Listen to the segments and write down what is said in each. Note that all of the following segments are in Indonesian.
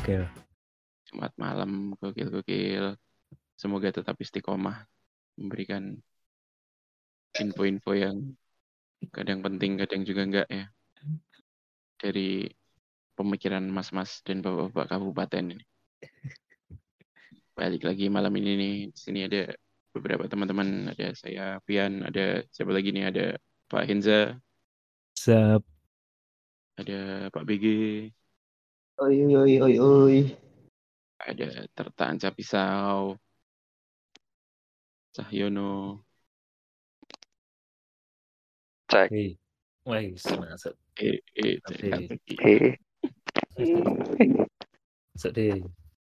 Gokil. Jumat malam gokil. Semoga tetap istiqomah memberikan info-info yang kadang penting, kadang juga enggak ya. Dari pemikiran mas-mas dan bapak-bapak kabupaten ini. Balik lagi malam ini nih. Di sini ada beberapa teman-teman. Ada saya, Pian. Ada siapa lagi nih? Ada Pak Henza. Sep. Ada Pak BG. Oi. Ada Tertaan Capisau. Cahyono. Cek. Wih, masuk. Sedih.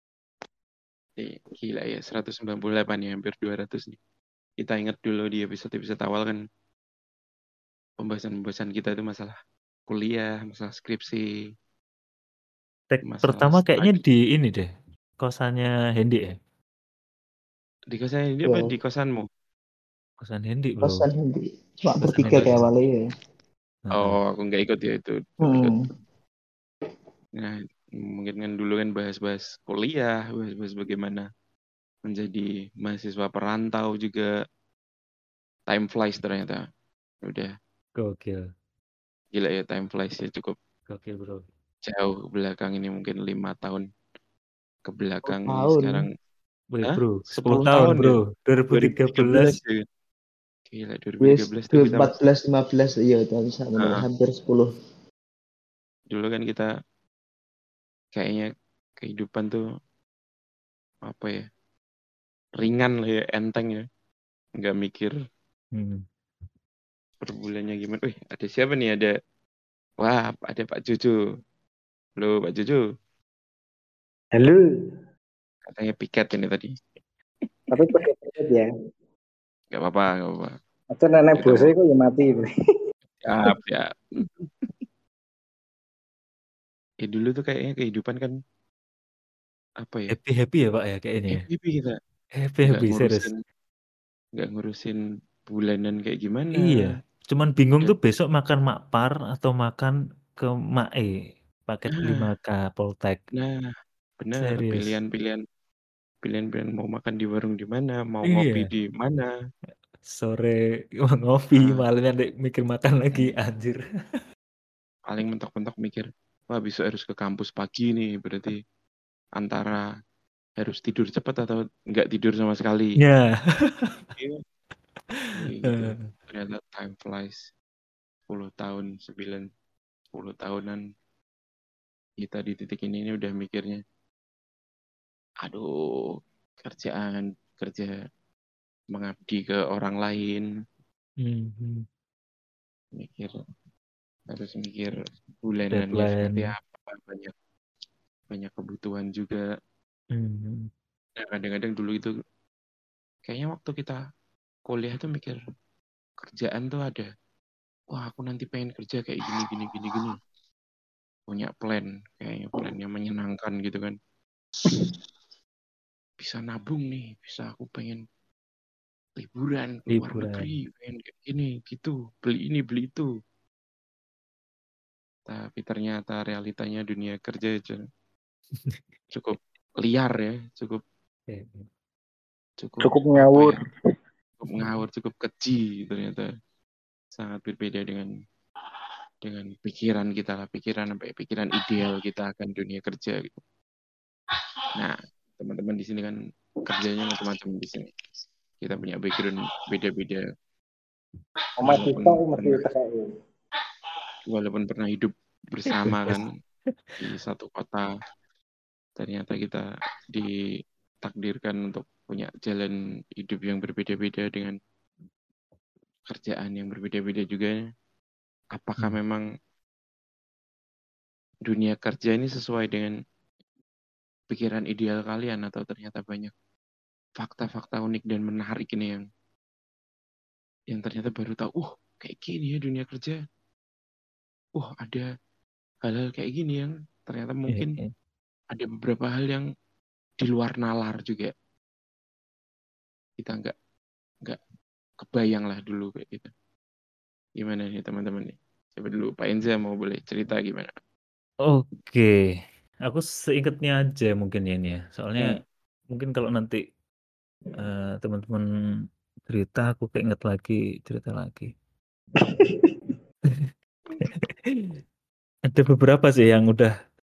Gila ya, 198 ya, hampir 200 nih. Kita ingat dulu di episode-episode awal kan, pembahasan kita itu masalah kuliah, masalah skripsi, Tag masalah pertama kayaknya studi. di ini deh, kosannya Hendy ya? Di kosan ini apa di kosanmu? Kosan Hendy, bro. Kosan Hendy. Cuma Kosan bertiga Hendy. kayak awalnya ya. Oh, aku nggak ikut ya itu. Ikut. Nah, mungkin kan dulu kan bahas-bahas kuliah, bahas-bahas bagaimana menjadi mahasiswa perantau juga. Time flies ternyata. Udah Gokil. gila ya, time flies ya, cukup Gokil, bro. jauh ke belakang ini, mungkin 5 tahun ke belakang nih tahun. sekarang. Wih, Hah? bro, 10 10 tahun, tahun bro. ya? 2013. ya. Gila, 2013 tuh kita 2014-15 iya itu sama hampir 10. Dulu kan kita kayaknya kehidupan tuh apa ya? Ringan lah ya, enteng ya. Nggak mikir per bulannya gimana. Wih, ada siapa nih? Ada Pak Jojo. Halo, Pak Jojo. Halo. Katanya piket ini tadi. Tapi piket ya. Gak apa-apa. Atau nenek Kita bosnya kok ya mati. Siap, ya. Ya dulu tuh kayaknya kehidupan kan apa ya? Happy ya, Pak ya kayaknya. Happy kita. Happy serius. Nggak ngurusin bulanan kayak gimana. Iya, cuman bingung tuh besok makan makpar atau makan ke Mae paket 5K Poltek. Nah, benar. Serius. Pilihan mau makan di warung di mana, mau ngopi di mana. Sore mau ngopi, malamnya mikir makan lagi, anjir. Paling mentok-mentok mikir, wah besok harus ke kampus pagi nih, berarti antara harus tidur cepat atau nggak tidur sama sekali. Ya. Gitu. Ternyata time flies. 10 tahun, 10 tahunan kita di titik ini udah mikirnya, aduh, kerja mengabdi ke orang lain. Harus mikir bulanannya seperti apa, banyak kebutuhan juga. Nah, kadang-kadang dulu itu kayaknya waktu kita kuliah tuh mikir kerjaan tuh ada, wah aku nanti pengen kerja kayak gini. Punya kayaknya plan yang menyenangkan gitu kan. Bisa nabung nih, aku pengen liburan ke luar negeri, pengen kayak gini, gitu, beli ini, beli itu. Tapi ternyata realitanya dunia kerja cukup liar ya, cukup ngawur. Cukup ngawur, cukup keji ternyata. Sangat berbeda dengan pikiran kita lah, pikiran ideal kita akan dunia kerja gitu. Nah, teman-teman di sini kan kerjanya macam-macam di sini. Kita punya background beda-beda. Walaupun pernah hidup bersama kan di satu kota, ternyata kita ditakdirkan untuk punya jalan hidup yang berbeda-beda dengan kerjaan yang berbeda-beda juga. Apakah memang dunia kerja ini sesuai dengan pikiran ideal kalian, atau ternyata banyak fakta-fakta unik dan menarik ini yang ternyata baru tahu, kayak gini ya dunia kerja. Ada hal-hal kayak gini yang ternyata mungkin ada beberapa hal yang di luar nalar juga. Kita nggak kebayang lah dulu kayak gitu. Gimana nih teman-teman nih? Coba dulu Pak Enza mau boleh cerita gimana? Oke. Aku seingetnya aja mungkin ya ini ya. Soalnya mungkin kalau nanti teman-teman cerita, aku keinget lagi cerita lagi. Ada beberapa sih yang udah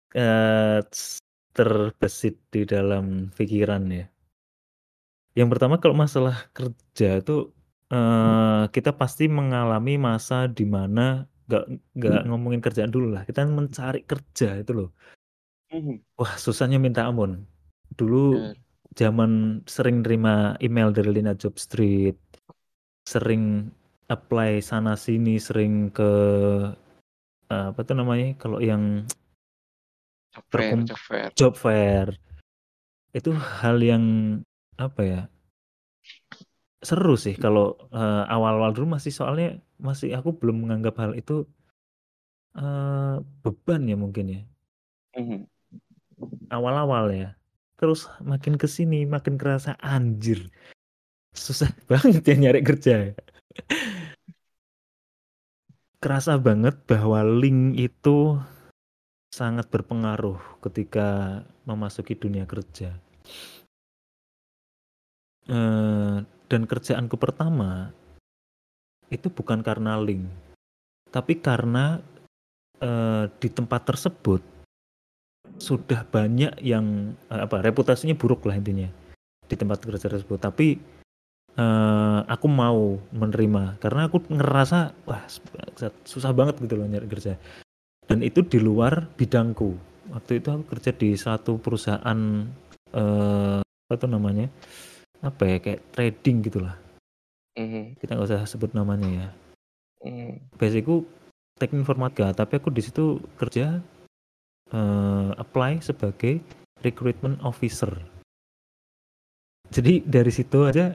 terbesit di dalam pikiran ya. Yang pertama kalau masalah kerja itu kita pasti mengalami masa di mana nggak ngomongin kerjaan dulu lah. Kita mencari kerja itu loh. Wah, susahnya minta ampun. Dulu Benar. zaman sering terima email dari Lina Job Street, sering apply sana sini, sering ke apa tuh namanya kalau yang Job fair. job fair. Itu hal yang apa ya? Seru sih kalau awal-awal dulu soalnya masih aku belum menganggap hal itu beban ya mungkin ya. Awal-awal ya. Terus makin kesini makin kerasa anjir. Susah banget ya nyari kerja. Kerasa banget bahwa link itu sangat berpengaruh ketika memasuki dunia kerja. Dan kerjaanku pertama itu bukan karena link, tapi karena di tempat tersebut sudah banyak yang reputasinya buruk lah intinya di tempat kerja tersebut. Tapi aku mau menerima karena aku ngerasa wah susah banget gitu loh nyari kerja. Dan itu di luar bidangku. Waktu itu aku kerja di satu perusahaan apa tuh namanya? Apa ya kayak trading gitulah. Kita nggak usah sebut namanya ya. Basicku teknik informatika, tapi aku di situ kerja apply sebagai recruitment officer. Jadi dari situ aja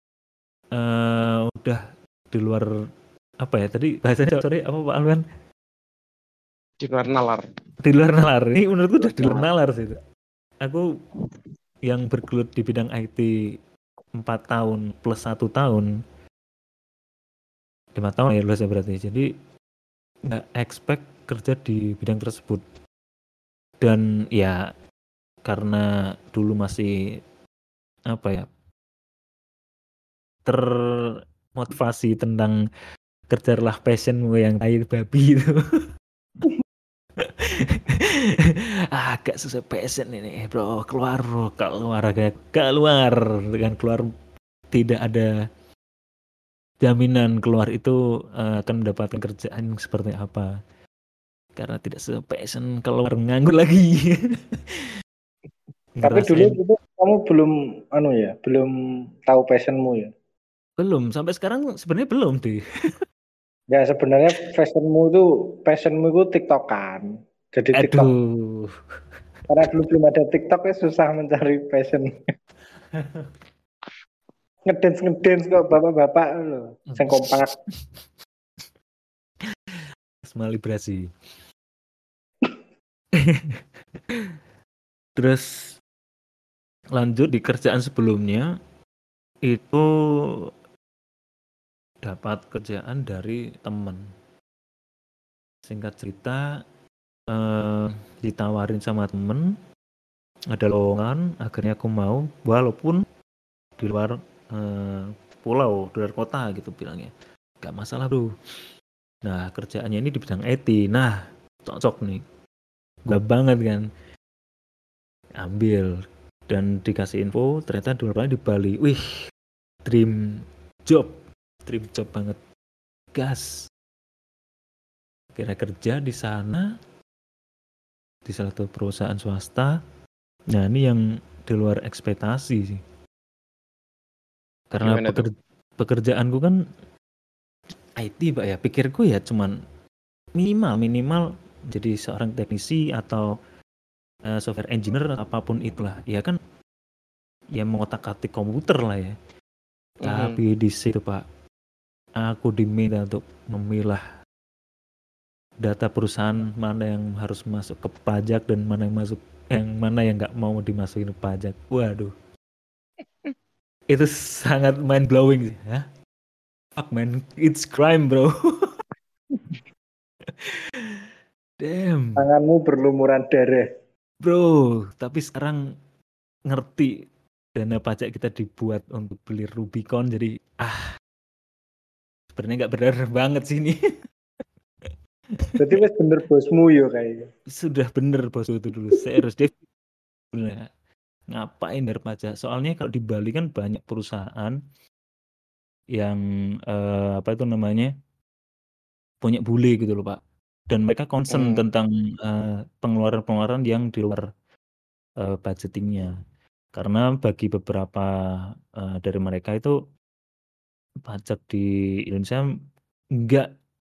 udah di luar apa ya tadi bahasanya sorry apa Pak Alwan? Di luar nalar. Di luar nalar. Ini menurutku udah di luar nalar sih. Aku yang bergelut di bidang IT 4 tahun plus 1 tahun 5 tahun ya lulusnya berarti. Jadi nggak expect kerja di bidang tersebut. Dan ya karena dulu masih apa ya termotivasi tentang kerjalah passionmu yang tai babi itu. Agak susah passion ini bro, keluar dengan keluar tidak ada jaminan keluar itu akan mendapatkan kerjaan seperti apa karena tidak sesuai passion keluar nganggur lagi. Tapi dulu itu kamu belum belum tahu passionmu ya? Belum, sampai sekarang sebenarnya belum deh. Ya sebenarnya passionmu itu TikTokan. Jadi TikTok. Aduh. Karena dulu belum ada TikTok ya susah mencari passion. ngedance kok bapak-bapak loh, yang kompak. Malibrasi. Terus lanjut di kerjaan sebelumnya itu dapat kerjaan dari temen. Singkat cerita ditawarin sama temen ada lowongan, akhirnya aku mau walaupun di luar pulau, di luar kota gitu bilangnya. Gak masalah bro. Nah kerjaannya ini di bidang IT. Nah cocok nih. Gak banget kan. Ambil dan dikasih info ternyata duluan di Bali. Wih, dream job banget. Gas. Kira kerja di sana di salah satu perusahaan swasta. Nah ini yang di luar ekspektasi sih. Karena pekerjaanku kan IT Pak ya. Pikirku ya cuman minimal jadi seorang teknisi atau software engineer apapun itulah. Ya kan ya mengotak-atik komputer lah ya. Tapi di situ Pak, aku diminta untuk memilah data perusahaan mana yang harus masuk ke pajak dan mana yang nggak mau dimasukin ke pajak. Waduh, itu sangat mind blowing sih. Hah? Fuck man, it's crime bro. Damn. Tanganmu berlumuran darah. Bro, tapi sekarang ngerti dana pajak kita dibuat untuk beli Rubicon, jadi sebenarnya nggak benar banget sih ini. Berarti wes bener bosmu yo kayaknya. Sudah bener bos itu dulu. Saya harus bener. Ngapain bayar pajak? Soalnya kalau di Bali kan banyak perusahaan yang apa itu namanya punya bule gitu loh Pak. Dan mereka concern tentang pengeluaran-pengeluaran yang di luar budgetingnya. Karena bagi beberapa dari mereka itu pajak di Indonesia enggak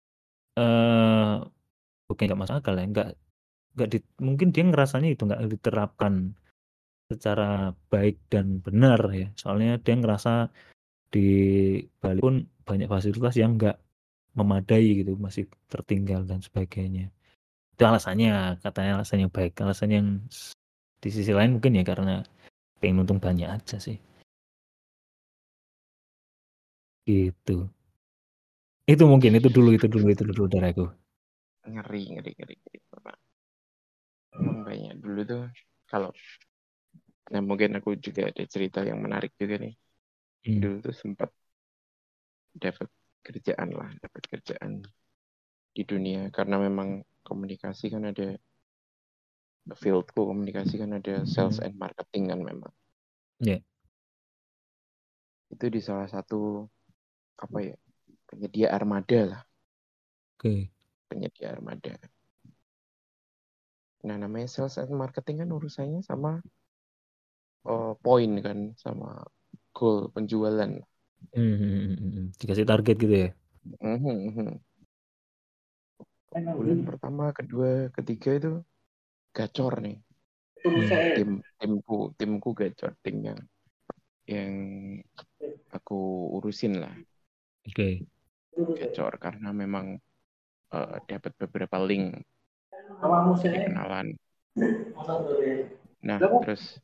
bukan enggak masuk akal ya, enggak mungkin dia ngerasanya itu enggak diterapkan secara baik dan benar ya. Soalnya dia ngerasa di Bali pun banyak fasilitas yang enggak memadai gitu, masih tertinggal dan sebagainya. Itu alasannya, katanya alasannya baik. Alasan yang di sisi lain mungkin ya karena pengen untung banyak aja sih. Gitu. Itu mungkin itu dulu dari aku. Ngeri Bapak. Emang banyak dulu tuh kalau nah mungkin aku juga ada cerita yang menarik juga nih. Dulu tuh sempat dapat kerjaan di dunia karena memang komunikasi kan ada fieldku komunikasi kan ada sales and marketing kan memang. Yeah. Itu di salah satu apa ya penyedia armada lah. Oke. Penyedia armada. Nah namanya sales and marketing kan urusannya sama poin kan sama goal penjualan. Dikasih target gitu ya. Bulan pertama, kedua, ketiga itu gacor nih. Timku gacor, tim yang aku urusin lah. Oke. Gacor karena memang dapat beberapa link dari kenalan. Nah, terus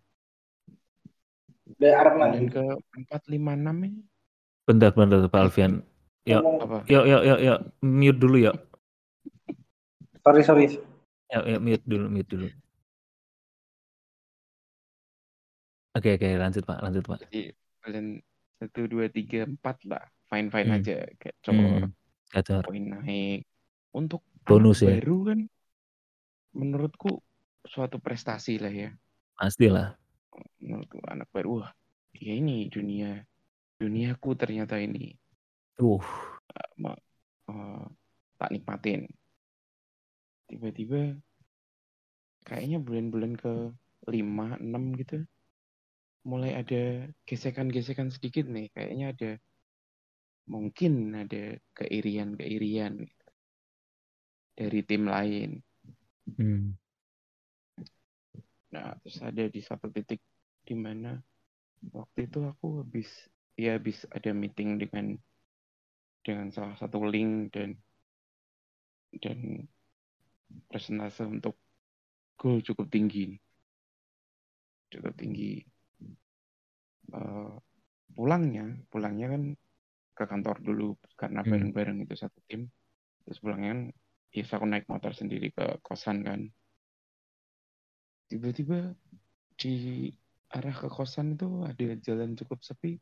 bulan ke 4, 5, 6 ini. Bentar Pak Alfian. Yuk, Apa? yuk, mute dulu yuk. Sorry. Yuk, mute dulu. Oke, lanjut Pak. Jadi bulan 1, 2, 3, 4 lah. Fine aja. Gacor. Poin naik. Untuk bonus anak ya. baru kan menurutku suatu prestasi lah ya. Pastilah. Menurutku anak baru, wah ya ini duniaku ternyata ini. Tak nikmatin. Tiba-tiba kayaknya bulan-bulan ke 5, 6 gitu mulai ada gesekan-gesekan sedikit nih. Kayaknya mungkin ada keirian dari tim lain. Nah, terus ada di satu titik di mana waktu itu aku habis ada meeting dengan salah satu link dan presentase untuk goal cukup tinggi. Pulangnya kan ke kantor dulu karena bareng-bareng itu satu tim. Terus pulangnya kan aku naik motor sendiri ke kosan kan. Tiba-tiba di arah ke kosan itu ada jalan cukup sepi.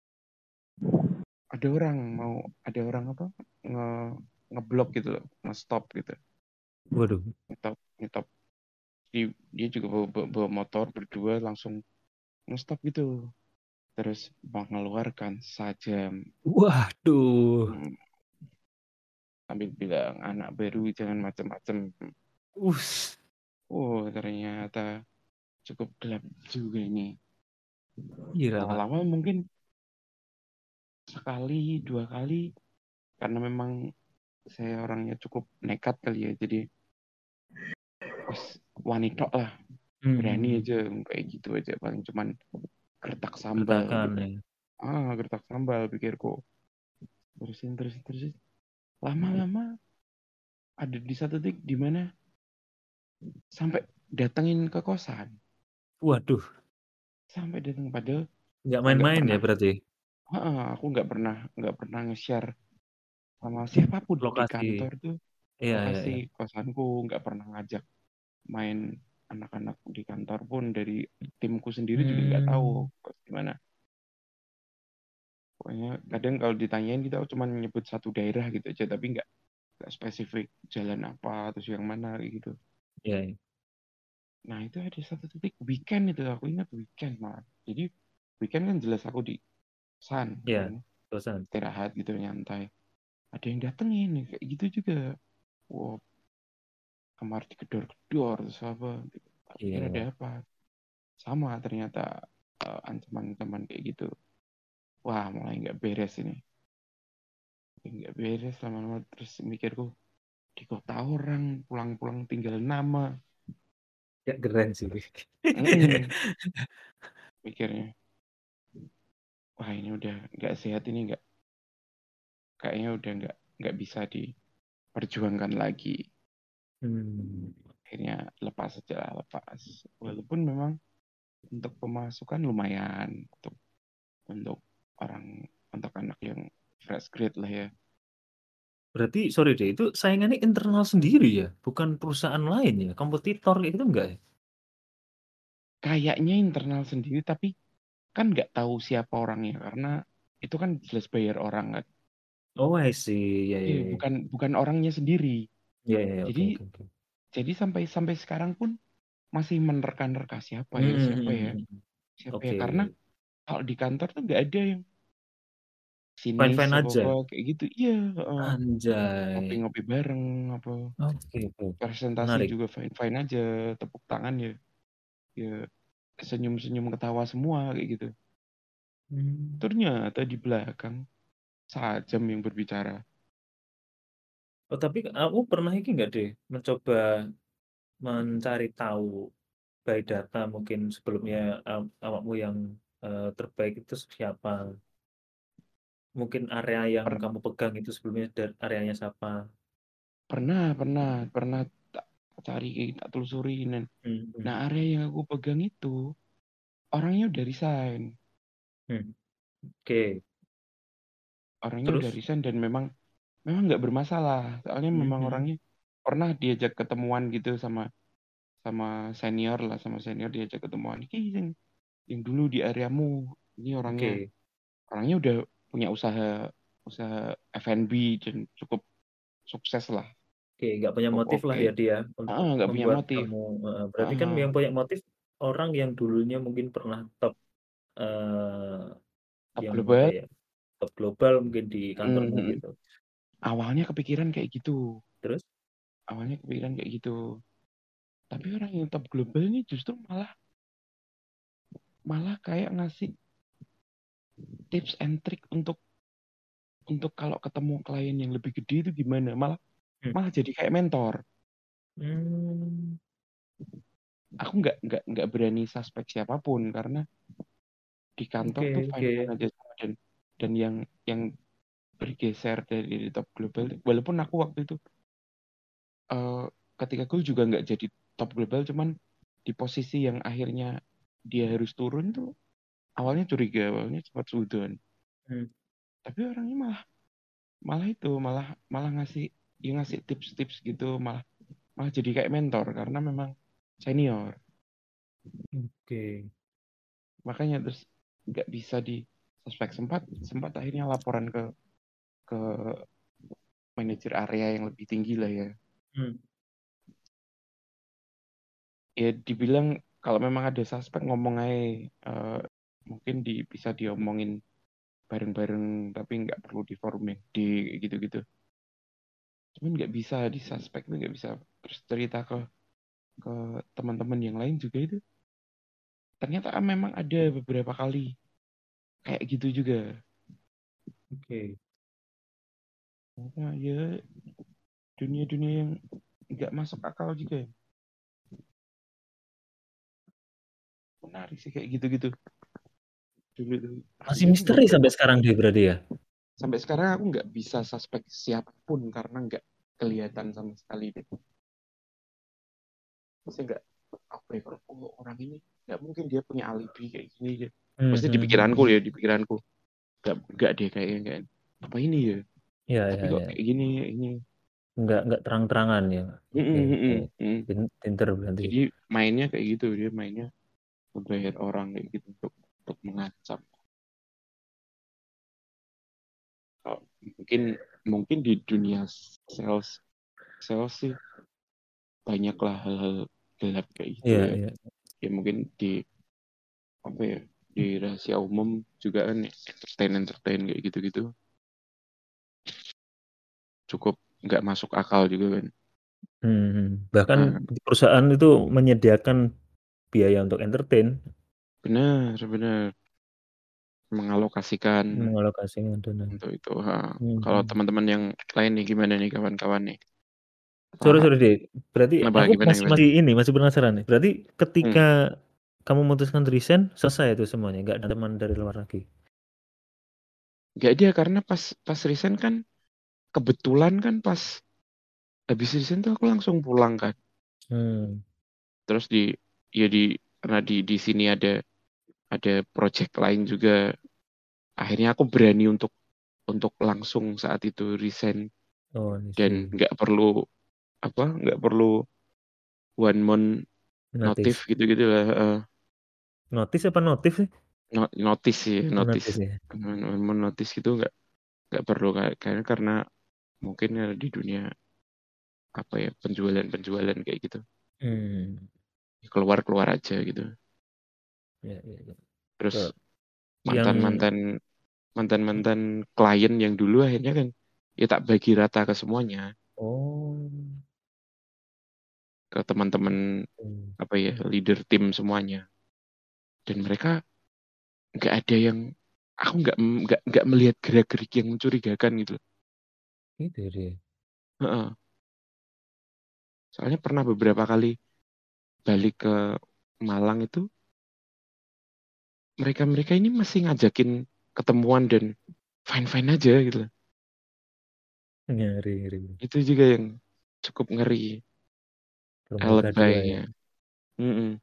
Ada orang apa ngeblok gitu loh, nge-stop gitu. Waduh. Ngetop. Dia juga bawa motor berdua langsung nge-stop gitu. Terus mengeluarkan sajam. Waduh. Sambil bilang anak baru jangan macam-macam. Ternyata cukup gelap juga ini. Awal-awal mungkin sekali, 2 kali karena memang saya orangnya cukup nekat kali ya, jadi wanita lah, berani aja kayak gitu aja, paling cuman gertak sambal gitu. Gertak sambal pikirku. Terusin. Lama-lama ada di satu titik di mana sampai datengin ke kosan. Waduh. Sampai datang padahal nggak main-main ya berarti. Aku nggak pernah nge-share sama siapapun lokasi di kantor tuh. Iya. Kosanku nggak pernah ngajak main anak-anak di kantor pun dari timku sendiri juga nggak tahu gimana. Pokoknya kadang kalau ditanyain kita cuma nyebut satu daerah gitu aja, tapi nggak spesifik jalan apa terus yang mana kayak gitu. Iya. Nah itu ada satu titik weekend itu, aku ingat weekend malah. Jadi weekend kan jelas aku di San, Iya, kan, bosan. istirahat gitu nyantai. Ada yang datengin kayak gitu juga. Wow, kamar digedor-gedor terus apa? Kira ada Iya. apa? Sama ternyata ancaman-ancaman kayak gitu. Wah mulai nggak beres ini. Nggak beres lama-lama, terus mikirku di kota orang pulang-pulang tinggal nama. Ya keren sih. Mikirnya, wah ini udah nggak sehat, ini nggak, kayaknya udah nggak bisa diperjuangkan lagi. Akhirnya lepas saja, lepas. Walaupun memang untuk pemasukan lumayan untuk orang, untuk anak yang fresh grade lah ya. Berarti sorry deh, itu saingannya internal sendiri ya, bukan perusahaan lain ya, kompetitor kayak gitu enggak ya? Kayaknya internal sendiri, tapi kan nggak tahu siapa orangnya karena itu kan jelas bayar orang kan. Oh I see, ya ya ya. Bukan orangnya sendiri. Ya ya ya, oke Jadi oke oke. jadi sampai sekarang pun masih menerka-nerka siapa ya, siapa ya, Oke. karena kalau di kantor tuh nggak ada yang Fine sinis fine aja. apa kayak gitu. Iya, Anjay. ngopi-ngopi bareng apa, Oke oke. presentasi Menarik. juga fine-fine aja, tepuk tangan ya, ya senyum-senyum ketawa semua kayak gitu. Ternyata di belakang sajam yang berbicara. Oh tapi aku pernah ini enggak deh mencoba mencari tahu by data mungkin sebelumnya awakmu yang terbaik itu siapa? Mungkin area yang Per- kamu pegang itu sebelumnya dari areanya siapa? pernah tak cari, tak telusurin. Nah, Hmm. area yang aku pegang itu orangnya udah resign. Oke. Orangnya udah Terus? resign dan memang nggak bermasalah. Soalnya memang Mhm. orangnya pernah diajak ketemuan gitu sama senior lah, sama senior diajak ketemuan. Ini yang dulu di areamu. Ini Oke. orangnya udah punya usaha usaha F&B dan cukup sukses lah. Oke, nggak punya Cukup motif lah oke. ya dia untuk Nggak punya membuat motif. kamu. Berarti kan yang punya motif orang yang dulunya mungkin pernah top eh, Top yang apa global. ya, top global mungkin di kantormu Mhm. gitu. Awalnya kepikiran kayak gitu. Terus? Awalnya kepikiran kayak gitu. Tapi orang yang top global ini justru malah kayak ngasih tips and trick untuk kalau ketemu klien yang lebih gede itu gimana. Malah jadi kayak mentor. Hmm. Aku nggak berani suspek siapapun karena di kantor tuh Oke. fine-fine aja sama, dan yang bergeser dari top global, walaupun aku waktu itu eh, ketika gue juga nggak jadi top global, cuman di posisi yang akhirnya dia harus turun tuh awalnya curiga, awalnya sempat sudon, Hmm. tapi orangnya malah malah itu malah malah ngasih tips-tips gitu, malah malah jadi kayak mentor karena memang senior. Oke. Makanya terus nggak bisa di suspek, sempat sempat akhirnya laporan ke manajer area yang lebih tinggi lah ya. Hmm. Ya dibilang kalau memang ada suspek ngomong aja, mungkin bisa diomongin bareng-bareng tapi nggak perlu di forum yang gede kayak gitu-gitu. Cuman nggak bisa di suspek itu, nggak bisa terus cerita ke teman-teman yang lain juga itu. Ternyata memang ada beberapa kali kayak gitu juga. Oke. Nah, ya dunia-dunia yang nggak masuk akal juga ya. Menarik sih kayak gitu-gitu. Dulu tuh. Masih Tapi aku misteri sampai sekarang dia berarti ya? sampai sekarang aku nggak bisa suspek siapapun karena nggak kelihatan sama sekali deh. Maksudnya nggak, apa ya, kalau orang ini nggak mungkin dia punya alibi kayak gini deh. Pasti di pikiranku ya, di pikiranku nggak deh kayaknya, kayak apa ini ya. Ya Tapi ya kok ya. kayak gini ini. nggak terang-terangan ya. Oke. Pinter berarti. Jadi mainnya kayak gitu, dia mainnya membayar orang kayak gitu untuk mengancam. Oh, mungkin di dunia sales sih banyaklah hal-hal gelap kayak gitu Iya, ya. iya. Ya mungkin di apa ya, di rahasia umum juga kan entertain kayak gitu-gitu cukup nggak masuk akal juga kan. Bahkan Nah, perusahaan itu menyediakan biaya untuk entertain, benar mengalokasikan mengalokasikan dana. untuk itu. Ha. Hmm. Kalau teman-teman yang lain nih gimana nih kawan-kawan nih? Sorry deh. Berarti Kenapa, aku gimana? masih penasaran nih. Berarti ketika kamu memutuskan resign, selesai itu semuanya, nggak ada teman dari luar lagi. Nggak dia, karena pas resign kan kebetulan kan pas habis resign tuh aku langsung pulang kan. Terus karena di sini ada project lain juga. Akhirnya aku berani untuk langsung saat itu resign Oh, I dan see. nggak perlu one month Notice. notif gitu-gitu lah. Notice apa notif sih? Notice sih, Notice ya. one month notice gitu nggak perlu, karena mungkin ya di dunia apa ya, penjualan kayak gitu, keluar aja gitu. Ya, ya, ya. Terus So, yang mantan klien yang dulu akhirnya kan ya tak bagi rata ke semuanya, ke teman-teman apa ya, leader tim semuanya, dan mereka nggak ada yang, aku nggak melihat gerak-gerik yang mencurigakan gitu. itu dia. Heeh. Soalnya pernah beberapa kali balik ke Malang itu, mereka ini masih ngajakin ketemuan dan fine aja gitu. Ngeri. Itu juga yang cukup ngeri Lembaga dua ya. lebay-nya. Mm-mm.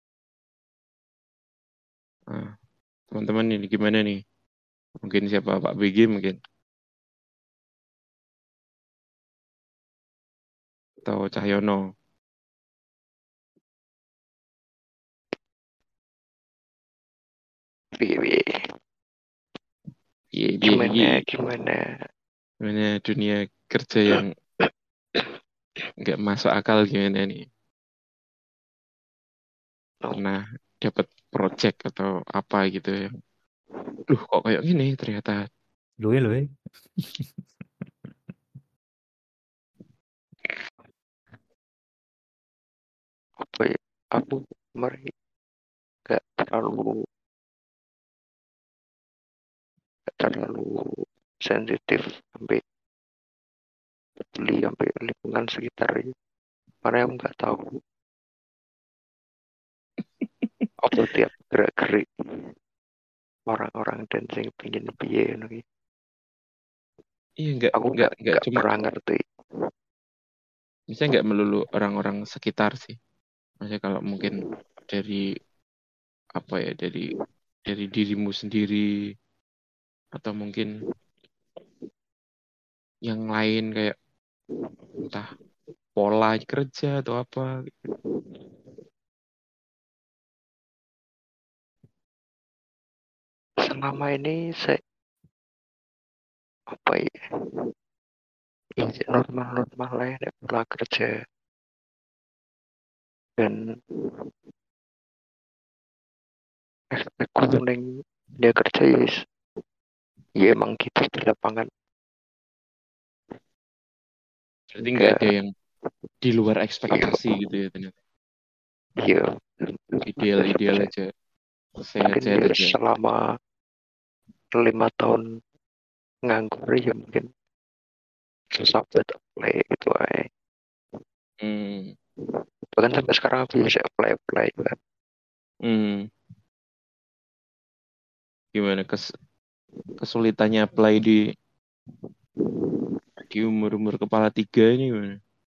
Nah, teman-teman ini gimana nih? Mungkin siapa, Pak BG mungkin, atau Cahyono. Piye. Iya, Gimana? gimana dunia kerja yang nggak masuk akal gimana nih? Pernah dapat project atau apa gitu ya? Kok kayak gini ternyata. Loe. Apa ya? Aku kemarin gak terlalu sensitif sampai peduli sampai lingkungan sekitar ya. Karena aku nggak tahu apa tiap gerak-gerik orang-orang dan sing pingin piye lagi. Iya, Aku nggak nggak cuma, pernah ngerti. misalnya nggak melulu orang-orang sekitar sih. Maksudnya kalau mungkin dari apa ya, dari dirimu sendiri, atau mungkin yang lain kayak entah pola kerja atau apa. Selama ini saya apa ya? Ini normal lah ya pola kerja dan ekspekku neng dia kerja ya emang gitu di lapangan. Berarti nggak ada yang di luar ekspektasi gitu ya ternyata. Iya. Ideal aja, sehat-sehat Mungkin ya aja. selama 5 tahun nganggur ya mungkin susah buat apply gitu aja. Bahkan sampai sekarang aku bisa apply kan. Gimana kesulitannya apply di umur kepala 3 ini gimana?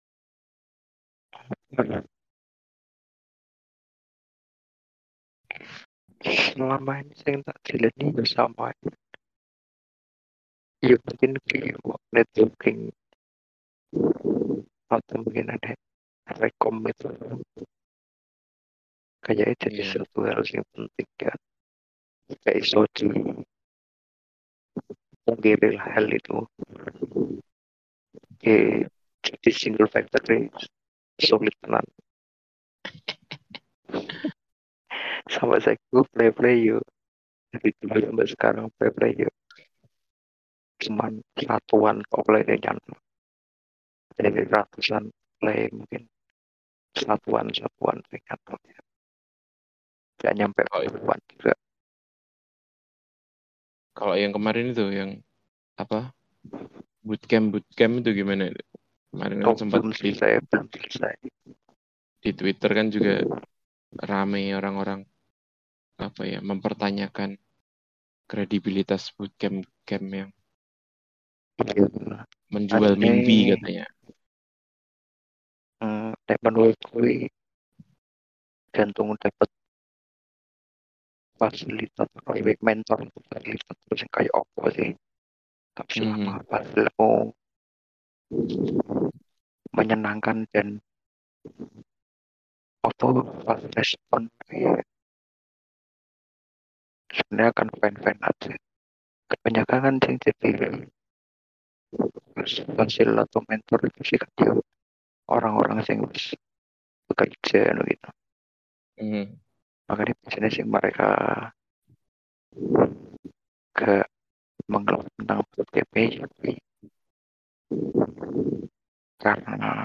Selama ini saya tak jalani bersama ya mungkin kayak networking atau mungkin ada rekom itu kayaknya jadi Iya. satu hal yang penting kan, kayak iso menggiri hal itu jadi single factory sulit tenan sampai saya play yuk dari dulu sampai sekarang play yuk cuman satuan kok play dari ratusan play mungkin satuan tingkat nggak nyampe Kalau puluhan juga kalau yang kemarin itu yang apa bootcamp itu gimana? Kemarin kan sempat belum selesai di Twitter kan juga rame orang-orang apa ya mempertanyakan kredibilitas bootcamp yang Iya. menjual Adanya mimpi katanya. nek menurut gue gantung dapat fasilitas kayak mentor fasilitas terus yang kayak apa sih tapi selama hasilmu menyenangkan dan apa fast respon kayak sebenarnya kan fan aja kebanyakan kan yang jadi hasil atau mentor itu sih kan dia orang-orang yang bekerja gitu makanya biasanya sih mereka ke mengeluh tentang PDP karena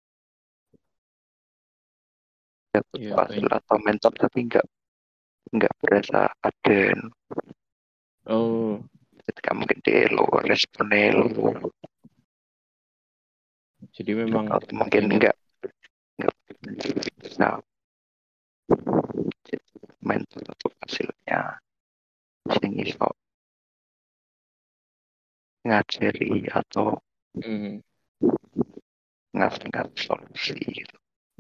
dapat Iya, hasil atau mentor tapi nggak berasa aden Oh, ketika mungkin dia lo responnya lo jadi memang atau mungkin banyak. nggak bisa mentor atau hasilnya sing iso ngajari atau Hmm, ngasih solusi gitu.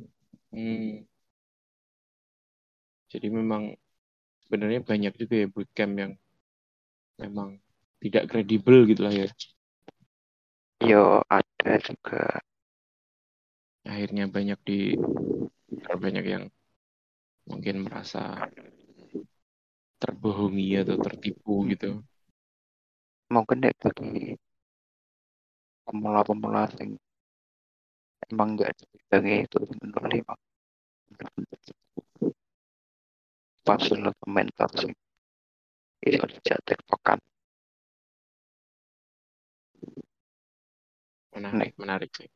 Jadi memang sebenarnya banyak juga ya bootcamp yang memang tidak kredibel gitu lah ya. Yo ada juga Akhirnya banyak yang mungkin merasa terbohongi atau tertipu gitu. mungkin deh bagi pemula-pemula yang emang nggak ada bidangnya itu menurut emang pasal atau mentor sih itu tidak tektokan Menarik sih.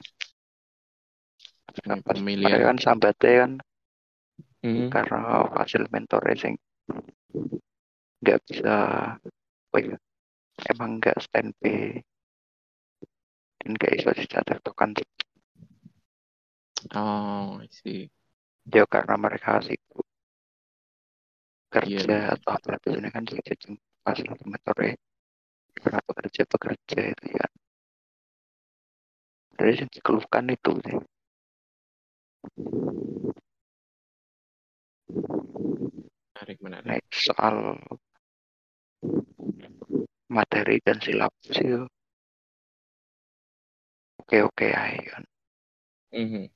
Ini pas pemilihan. mereka kan sambatnya kan Mhm. karena hasil mentornya sing nggak bisa oh ya, emang nggak standby dan nggak bisa dijatuhkan Oh, I see. ya karena mereka sibuk Iya, kerja benar. atau apa biasanya kan jadi pas mentornya karena pekerja itu ya dari yang dikeluhkan itu sih. Menarik. Nah, soal materi dan silabus itu oke aja kan. Mhm.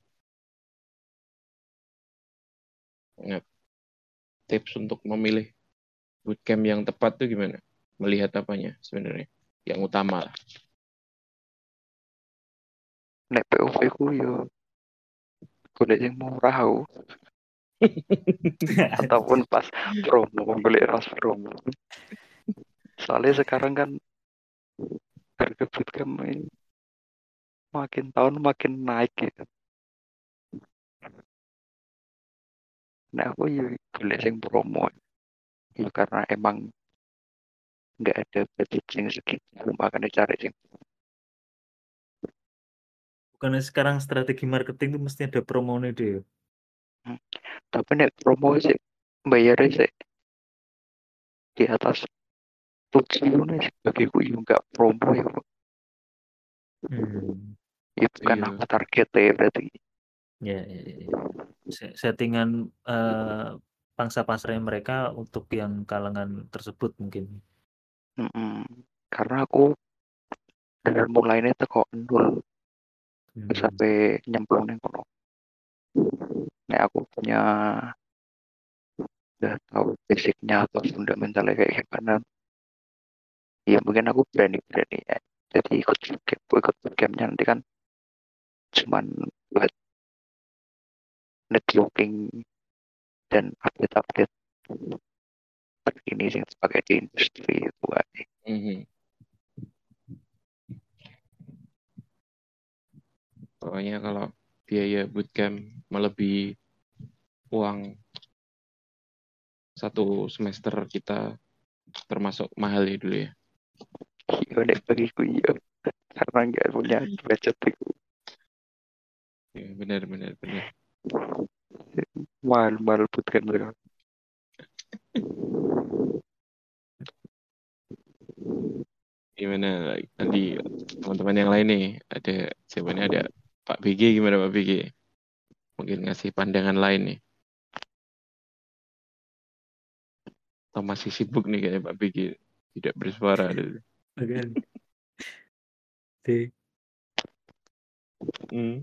Nah, tips untuk memilih bootcamp yang tepat tuh gimana? Melihat apanya sebenarnya? Yang utama lah. Nek POV ku yo golek yang murah aku ataupun pas promo golek ras promo. Soalnya sekarang kan harga bootcamp ini makin tahun makin naik gitu. Nah aku yo golek yang promo. Ya, karena emang nggak ada budget yang segitu makanya cari yang Bukannya sekarang strategi marketing itu mesti ada promo nih deh. tapi nek promo sih bayarnya sih di atas 7 nih bagiku yo nggak promo ya. Ya bukan Iya. apa targetnya berarti. Ya. Settingan pangsa pasarnya mereka untuk yang kalangan tersebut mungkin. Karena aku dengan mulainya teko nol terus Hmm. sampai nyemplung ning kono. Nek aku punya udah tahu basicnya atau fundamentalnya kayak gimana, ya mungkin aku berani ya. Jadi ikut bootcampnya nanti kan cuman buat networking dan update-update terkini sih sebagai di industri itu aja. Mhm. Pokoknya kalau biaya bootcamp melebihi uang 1 semester kita termasuk mahal ya dulu ya. Iya nek bagiku iya, karena nggak punya budget itu Ya, benar. mahal bootcamp itu. Gimana nanti teman-teman yang lain nih, ada siapa nih, ada Pak BG, gimana Pak BG? Mungkin ngasih pandangan lain nih. Atau masih sibuk nih kayak Pak BG, tidak bersuara dulu. Oke. Sih. Hmm.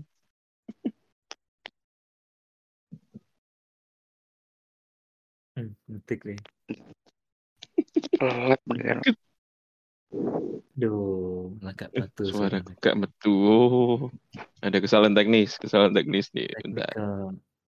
Ngetik nih. Telat bener. Duh, agak batu Suara suaranya. gak metu. Ada kesalahan teknis nih. Bentar. Teknikal.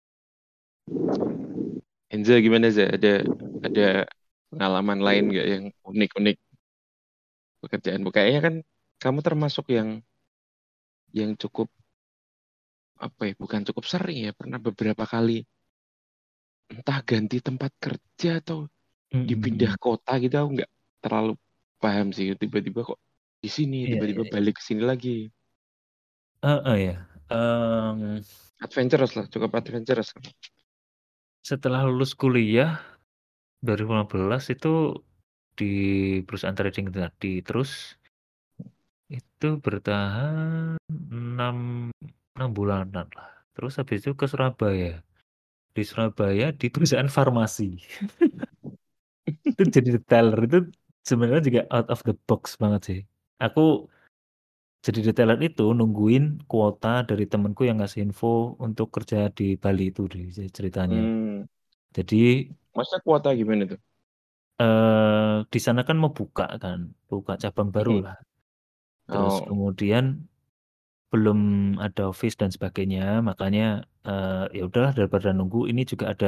Enza gimana Za? Ada pengalaman lain nggak yang unik-unik pekerjaan? Kayaknya kan kamu termasuk yang cukup apa ya? Bukan cukup sering ya, pernah beberapa kali entah ganti tempat kerja atau dipindah Mm-mm. kota gitu. Aku nggak terlalu paham sih. Tiba-tiba kok di sini, Iya, tiba-tiba iya. balik ke sini lagi. Ya. Adventurous lah, cukup adventurous. Setelah lulus kuliah 2015 itu di perusahaan trading tadi, terus itu bertahan 6 bulanan lah. Terus habis itu ke Surabaya. Di Surabaya di perusahaan farmasi. Itu jadi detailer itu sebenarnya juga out of the box banget sih. Aku jadi detailer itu nungguin kuota dari temenku yang ngasih info untuk kerja di Bali itu deh ceritanya. Hmm. Jadi Masa kuota gimana tuh? di sana kan mau buka cabang baru lah. Terus Oh. kemudian belum ada office dan sebagainya, makanya ya udahlah daripada nunggu, ini juga ada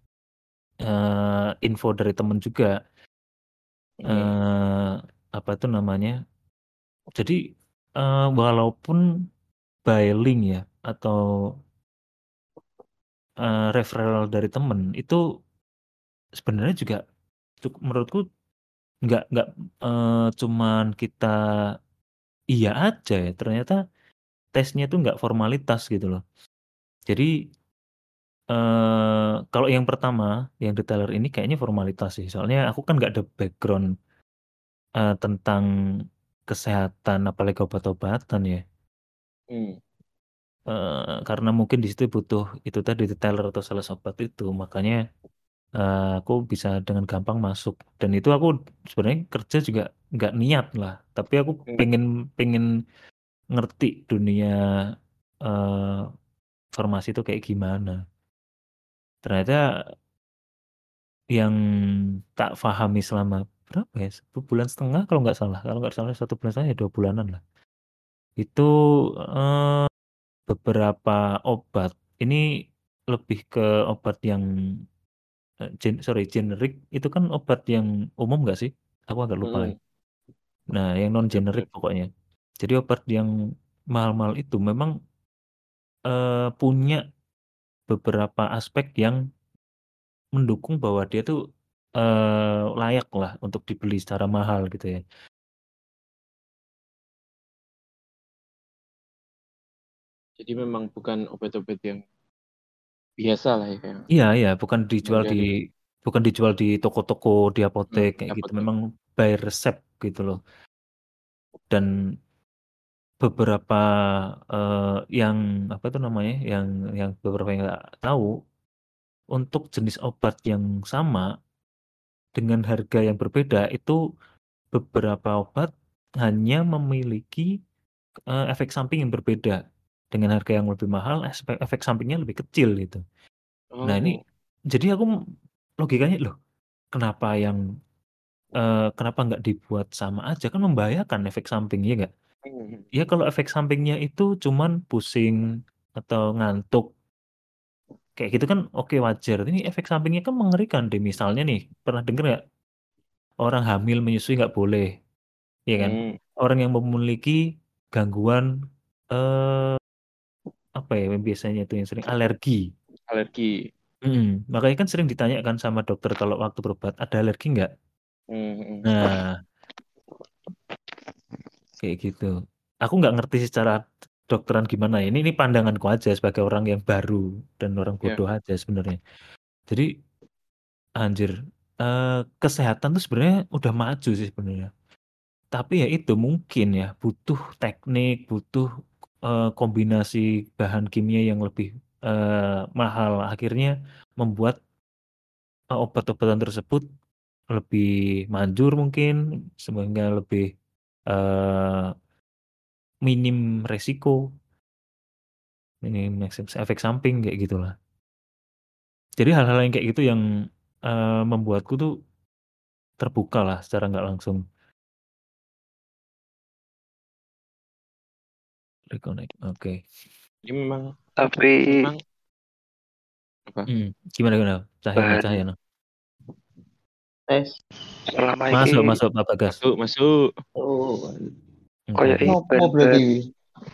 info dari temen juga, apa tuh namanya. Jadi walaupun by link ya atau referral dari temen itu sebenarnya juga menurutku nggak cuman kita iya aja ya, ternyata tesnya tuh nggak formalitas gitu loh. Jadi kalau yang pertama, yang detailer ini kayaknya formalitas sih, soalnya aku kan nggak ada background tentang kesehatan, apalagi obat-obatan ya. Karena mungkin di situ butuh itu tadi detailer atau sales obat itu, makanya aku bisa dengan gampang masuk. Dan itu aku sebenarnya kerja juga nggak niat lah, tapi aku pengen ngerti dunia farmasi itu kayak gimana. Ternyata yang tak pahami selama berapa ya, 1,5 bulan kalau nggak salah. Kalau nggak salah 1 bulan setengah ya 2 bulanan lah. Itu beberapa obat. Ini lebih ke obat yang generik itu kan obat yang umum nggak sih? Aku agak lupa ya. Nah, yang non generik pokoknya. Jadi obat yang mahal-mahal itu memang punya beberapa aspek yang mendukung bahwa dia tuh layak lah untuk dibeli secara mahal gitu ya. Jadi memang bukan obat-obat yang biasa lah ya, kayak Iya, dari bukan dijual di toko-toko, di apotek kayak gitu. apotek. Memang by resep gitu loh. Dan beberapa yang apa tuh namanya, yang beberapa yang nggak tahu, untuk jenis obat yang sama dengan harga yang berbeda itu beberapa obat hanya memiliki efek samping yang berbeda dengan harga yang lebih mahal, efek sampingnya lebih kecil gitu. Nah ini, Oh. jadi aku logikanya, loh kenapa kenapa nggak dibuat sama aja, kan membahayakan efek samping, iya nggak? Hmm. Ya kalau efek sampingnya itu cuman pusing atau ngantuk, kayak gitu kan oke, wajar. Ini efek sampingnya kan mengerikan deh. Misalnya nih, pernah denger nggak orang hamil menyusui nggak boleh, ya kan? Hmm. Orang yang memiliki gangguan apa ya biasanya itu yang sering alergi. Alergi. Makanya kan sering ditanyakan sama dokter kalau waktu berobat, ada alergi nggak? Hmm. Nah, kayak gitu. Aku nggak ngerti secara dokteran gimana ya. Ini pandanganku aja sebagai orang yang baru dan orang Ya. bodoh aja sebenarnya. Jadi anjir, kesehatan tuh sebenarnya udah maju sih sebenarnya. Tapi ya itu mungkin ya butuh teknik, butuh kombinasi bahan kimia yang lebih mahal. Akhirnya membuat obat-obatan tersebut lebih manjur mungkin, sehingga lebih minim resiko, minim efek samping kayak gitulah. Jadi hal-hal yang kayak gitu yang membuatku tuh terbuka lah secara nggak langsung. Reconnect, oke. Ini memang Tapi apa? Gimana Cahyana? bahan Tes. selama ini Masuk Pak Bagas. Masuk. Oh, kayak Oke. mau ban berarti.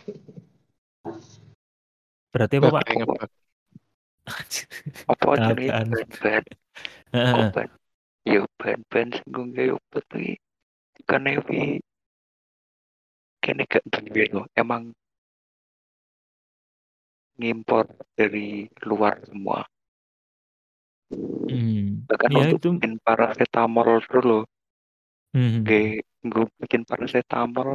Berarti apa Pak? Kayak ngebak. apa jenis Apaan? ban obat ya ban singgung kayak obat iki kan iki kene gak duwe loh, emang ngimpor dari luar semua. Bahkan Ya untuk itu. bikin paracetamol dulu, Hmm. gue bikin paracetamol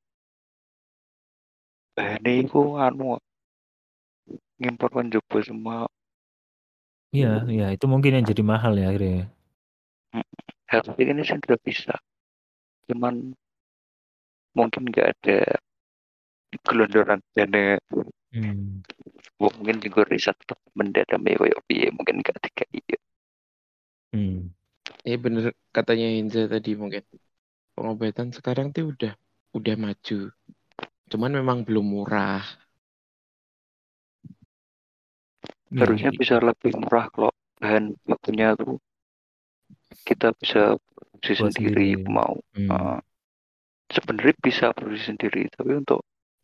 bahannya itu ngimpor kan juga semua. Iya, itu mungkin yang jadi mahal ya akhirnya. Harusnya ini sudah bisa, cuman mungkin nggak ada gelondoran dana. Mungkin juga riset mendadak kayak piye mungkin gak dikai. Bener katanya Hinza tadi, mungkin pengobatan sekarang tuh udah maju. Cuman memang belum murah. Harusnya bisa lebih murah kalau bahan bakunya tuh kita bisa produksi buat sendiri sendiri. mau. Sebenarnya bisa produksi sendiri, tapi untuk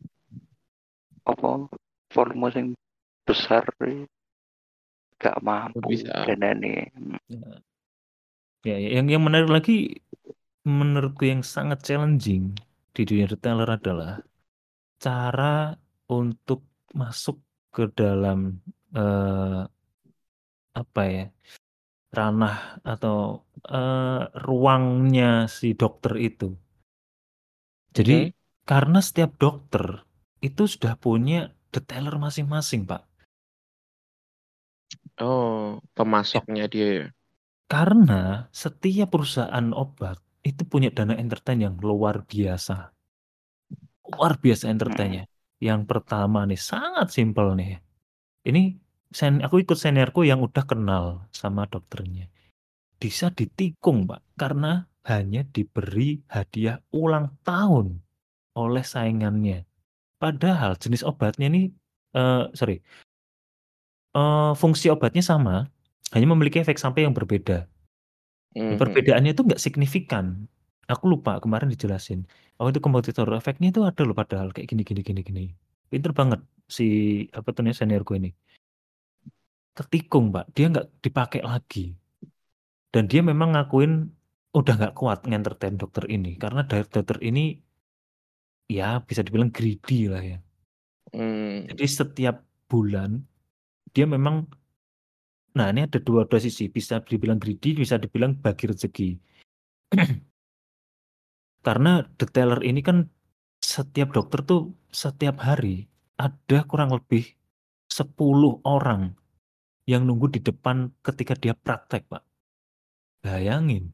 apa volume yang besar gak mampu Bisa. danane. Ya, yang menarik lagi menurutku yang sangat challenging di dunia retailer adalah cara untuk masuk ke dalam apa ya, ranah atau ruangnya si dokter itu. Jadi karena setiap dokter itu sudah punya detailer masing-masing, Pak. Oh, pemasoknya dia ya. Karena setiap perusahaan obat itu punya dana entertain yang luar biasa. Luar biasa entertainnya. Yang pertama nih, sangat simpel nih. Ini aku ikut seniorku yang udah kenal sama dokternya. Bisa ditikung, Pak. Karena hanya diberi hadiah ulang tahun oleh saingannya. Padahal jenis obatnya nih, fungsi obatnya sama, hanya memiliki efek samping yang berbeda. Perbedaannya itu nggak signifikan. Aku lupa kemarin dijelasin. Oh itu kompetitor, efeknya itu ada loh padahal kayak gini. Pinter banget si seniorku ini. Ketikung, Pak. Dia nggak dipakai lagi. Dan dia memang ngakuin udah nggak kuat ngentertain dokter ini karena dokter ini ya bisa dibilang greedy lah ya. Jadi setiap bulan dia memang, nah ini ada dua sisi, bisa dibilang greedy, bisa dibilang bagi rezeki. Karena detailer ini kan setiap dokter tuh setiap hari ada kurang lebih 10 orang yang nunggu di depan ketika dia praktek, Pak. Bayangin.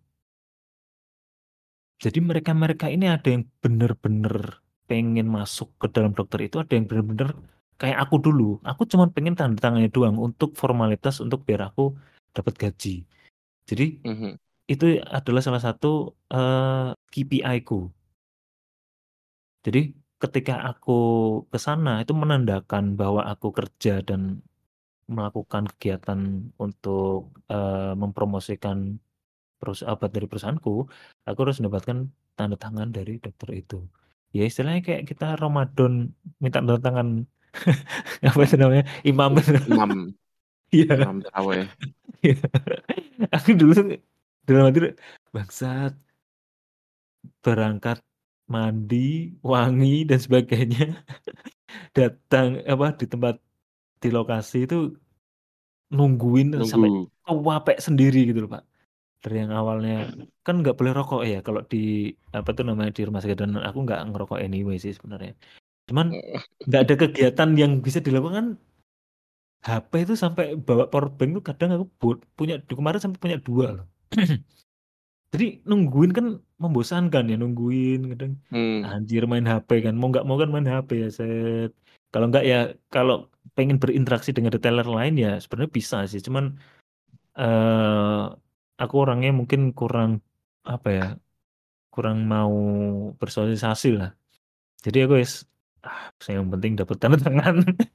Jadi mereka ini ada yang benar-benar pengen masuk ke dalam dokter itu, ada yang benar-benar kayak aku dulu, aku cuma pengen tanda tangannya doang untuk formalitas untuk biar aku dapat gaji. Jadi Mhm. itu adalah salah satu KPI ku. Jadi ketika aku ke sana itu menandakan bahwa aku kerja dan melakukan kegiatan untuk mempromosikan obat dari perusahaanku, aku harus mendapatkan tanda tangan dari dokter itu. Ya istilahnya kayak kita Ramadan minta tanda tangan apa itu namanya imam. Imam Iya. imam taraweh. Iya. Aku dulu dalam hati bangsat berangkat mandi wangi dan sebagainya datang apa di tempat di lokasi itu nungguin sampai Nunggu. capek sendiri gitu loh Pak. Dari yang awalnya kan nggak boleh rokok ya kalau di apa tuh namanya di rumah sakit dan aku nggak ngerokok anyway sih sebenarnya. Cuman nggak ada kegiatan yang bisa dilakukan. HP itu sampai bawa power bank tuh kadang aku punya kemarin sampai punya 2 loh. Jadi nungguin kan membosankan ya nungguin kadang Hmm. anjir main HP kan mau nggak mau kan main HP ya set. Kalau nggak ya kalau pengen berinteraksi dengan retailer lain ya sebenarnya bisa sih. Cuman eh aku orangnya mungkin kurang apa ya kurang mau bersosialisasi lah. Jadi aku yang penting dapat tanda tangan.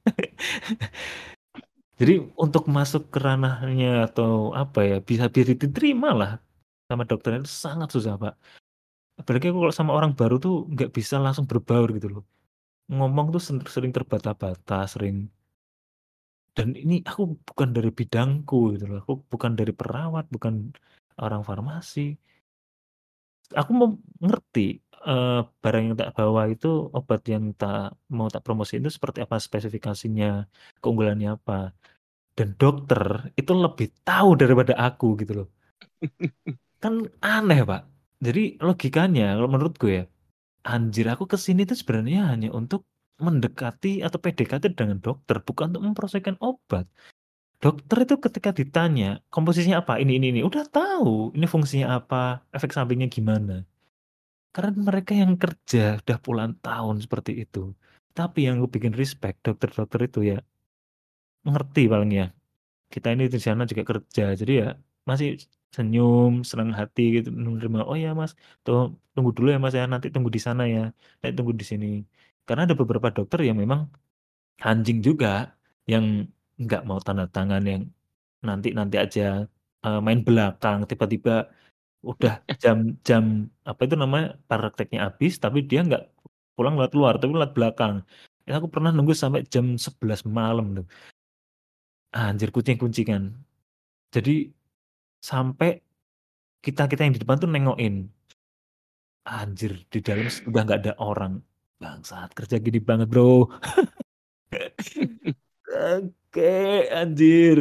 Jadi untuk masuk ke ranahnya atau apa ya bisa diterima lah sama dokter itu sangat susah Pak. Apalagi aku kalau sama orang baru tuh nggak bisa langsung berbaur gitu loh. Ngomong tuh sering terbata-bata, sering dan ini aku bukan dari bidangku gitu loh. Aku bukan dari perawat, bukan orang farmasi. Aku mau ngerti barang yang tak bawa itu obat yang mau tak promosi itu seperti apa spesifikasinya, keunggulannya apa. Dan dokter itu lebih tahu daripada aku gitu loh. Kan aneh Pak. Jadi logikanya kalau menurutku ya, anjir aku kesini tuh sebenarnya hanya untuk mendekati atau PDKT dengan dokter, bukan untuk mempromosikan obat. Dokter itu ketika ditanya komposisinya apa, ini, udah tahu ini fungsinya apa, efek sampingnya gimana. Karena mereka yang kerja udah puluhan tahun seperti itu. Tapi yang gue bikin respect dokter-dokter itu ya ngerti paling ya. Kita ini di sana juga kerja, jadi ya masih senyum, senang hati gitu menerima, "Oh ya Mas, tunggu dulu ya Mas ya, nanti tunggu di sana ya, nanti tunggu di sini." Karena ada beberapa dokter yang memang anjing juga, yang nggak mau tanda tangan, yang nanti aja, main belakang, tiba-tiba udah jam apa itu namanya, prakteknya habis, tapi dia nggak pulang lewat luar, tapi lewat belakang. Ya aku pernah nunggu sampai jam 11 malam tuh. Anjir kuncing-kuncingan. Jadi sampai kita-kita yang di depan tuh nengokin. Anjir di dalam udah nggak ada orang. Bangsat kerja gini banget bro. Oke anjir.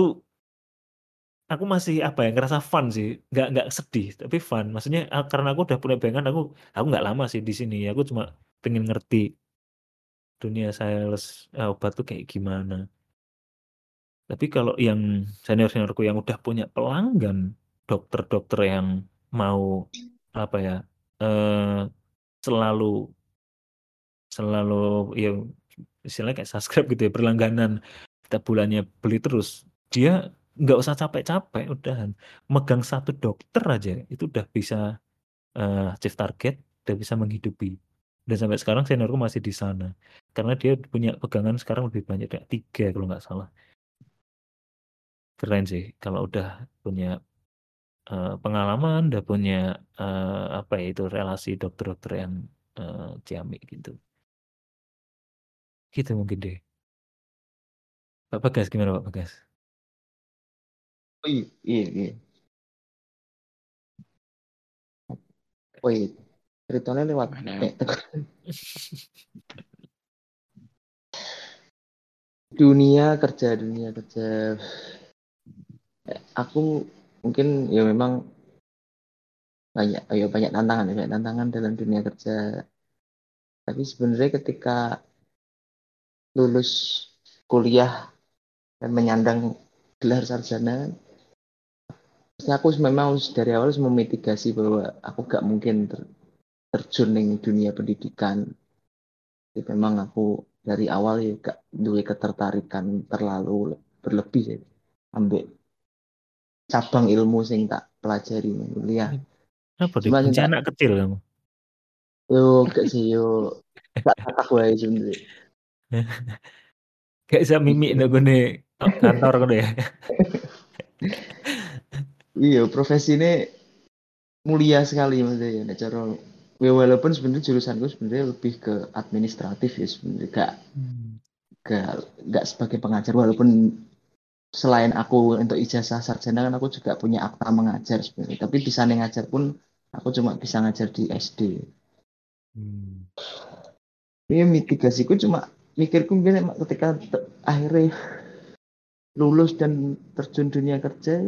Aku masih apa ya ngerasa fun sih. Nggak sedih tapi fun. Maksudnya karena aku udah punya bayangan aku nggak lama sih di sini. Aku cuma pengen ngerti dunia sales obat tuh kayak gimana. Tapi kalau yang senior-seniorku yang udah punya pelanggan, dokter-dokter yang mau apa ya, selalu selalu ya istilahnya kayak subscribe gitu ya, berlangganan, setiap bulannya beli terus, dia nggak usah capek-capek, udahan megang 1 dokter aja itu udah bisa, achieve target, udah bisa menghidupi. Dan sampai sekarang seniorku masih di sana, karena dia punya pegangan sekarang lebih banyak kayak 3 kalau nggak salah. Keren sih kalau udah punya, pengalaman, udah punya, apa ya itu, relasi dokter-dokter yang, ciamik gitu. Gitu mungkin deh. Pak Bagas gimana Pak Bagas? Oh iya, iya, iya. Oh iya, ceritanya lewat Gimana? dunia kerja. Aku mungkin ya memang banyak tantangan dalam dunia kerja. Tapi sebenarnya ketika lulus kuliah dan menyandang gelar sarjana, aku memang dari awal harus memitigasi bahwa aku gak mungkin terjun di dunia pendidikan. Jadi memang aku dari awal ya gak duwe ketertarikan terlalu berlebih sih ambek cabang ilmu sing tak pelajari kuliah. Apa Cuma sing dibenci tak anak kecil kamu? gak sih gak takak wae sebenarnya. Gak bisa mimik nek gone kantor ngono ya. Iya, profesi ini mulia sekali maksudnya ya. Nek cara ya walaupun sebenarnya jurusanku sebenarnya lebih ke administratif ya sebenarnya gak sebagai pengajar walaupun selain aku untuk ijazah sarjana kan aku juga punya akta mengajar sebenarnya. Tapi di sana ngajar pun aku cuma bisa ngajar di SD. Hmm. Ini mitigasiku cuma mikirku mungkin ketika akhirnya lulus dan terjun dunia kerja,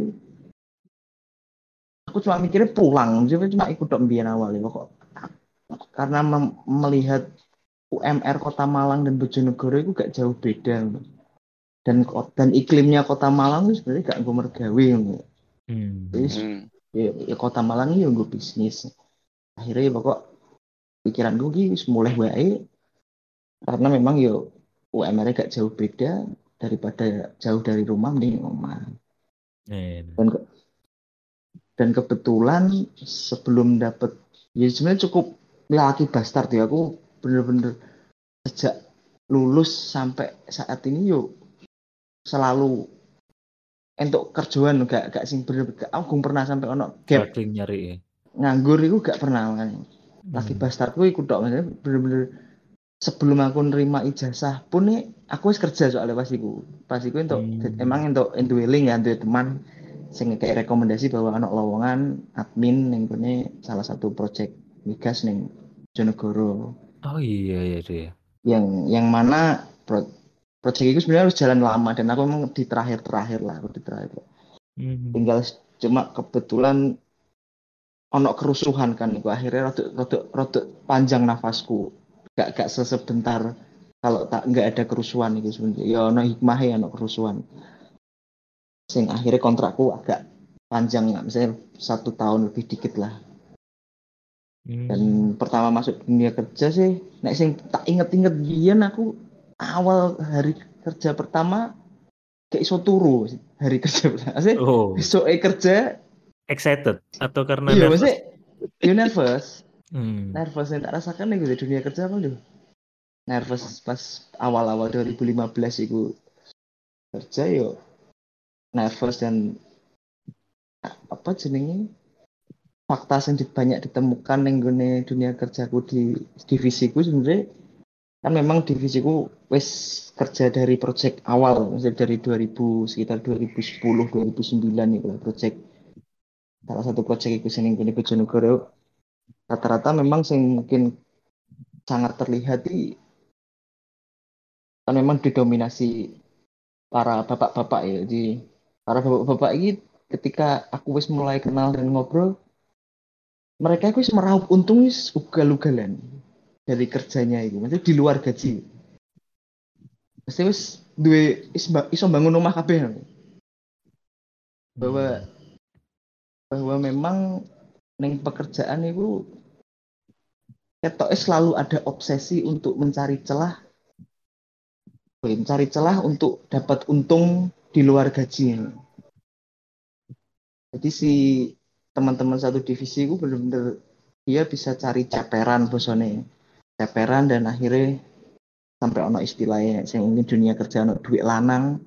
aku cuma mikirnya pulang, cuma ikut dok mbiyen awal ya kok. Karena melihat UMR Kota Malang dan Bojonegoro itu gak jauh beda. Dan iklimnya Kota Malang itu sebenarnya gak gue mergawe. Jadi ya Kota Malang ini gue bisnis. Akhirnya ya pokok pikiran gue mulai wae karena memang yo UMR gak jauh beda daripada jauh dari rumah mending rumah. Dan kebetulan sebelum dapet ya sebenarnya cukup laki bastard ya aku bener-bener sejak lulus sampai saat ini yuk selalu untuk kerjaan gak sing bener aku pernah sampai ono gap Struggling nyari ya. nganggur itu gak pernah laki bastardku ikut dok maksudnya bener-bener sebelum aku nerima ijazah pun nih aku wis kerja soalnya pas iku untuk emang untuk dueling ya untuk teman sing kayak rekomendasi bahwa anak lowongan admin ning kene salah satu project migas ning Jonegoro. Oh iya dia. Yang mana project itu sebenarnya harus jalan lama dan aku memang di terakhir lah aku di terakhir. Tinggal cuma kebetulan ono kerusuhan kan itu akhirnya rada panjang nafasku. Gak sesebentar kalau tak nggak ada kerusuhan itu sebenarnya. Ya ono hikmahnya ono kerusuhan. Sing akhirnya kontrakku agak panjang misalnya 1 tahun lebih dikit lah. Dan pertama masuk dunia kerja sih nek sing tak inget-inget biyen aku awal hari kerja pertama kayak iso turu hari kerja pertama. Besok kerja excited atau karena iya, nervous? Iya nervous. Nervous yang tak rasakan nih di dunia kerja apa tuh? Nervous pas awal-awal 2015 itu kerja yo nervous dan apa jenenge fakta yang banyak ditemukan yang dunia kerjaku di divisiku sebenarnya kan memang divisiku wes kerja dari project awal dari sekitar 2010 2009 itu project salah satu project itu sing gone Bojonegoro rata-rata memang sing mungkin sangat terlihat kan memang didominasi para bapak-bapak ya di para bapak-bapak ini ketika aku wis mulai kenal dan ngobrol mereka itu meraup untung ugal-ugalan dari kerjanya itu maksudnya di luar gaji pasti wis duwe iso bangun rumah kabeh bahwa memang neng pekerjaan itu ketoknya selalu ada obsesi untuk mencari celah untuk dapat untung di luar gaji. Jadi si teman-teman satu divisi itu benar-benar dia bisa cari ceperan bosone. Ceperan dan akhirnya sampai ono istilahnya sing mungkin dunia kerja ono duit lanang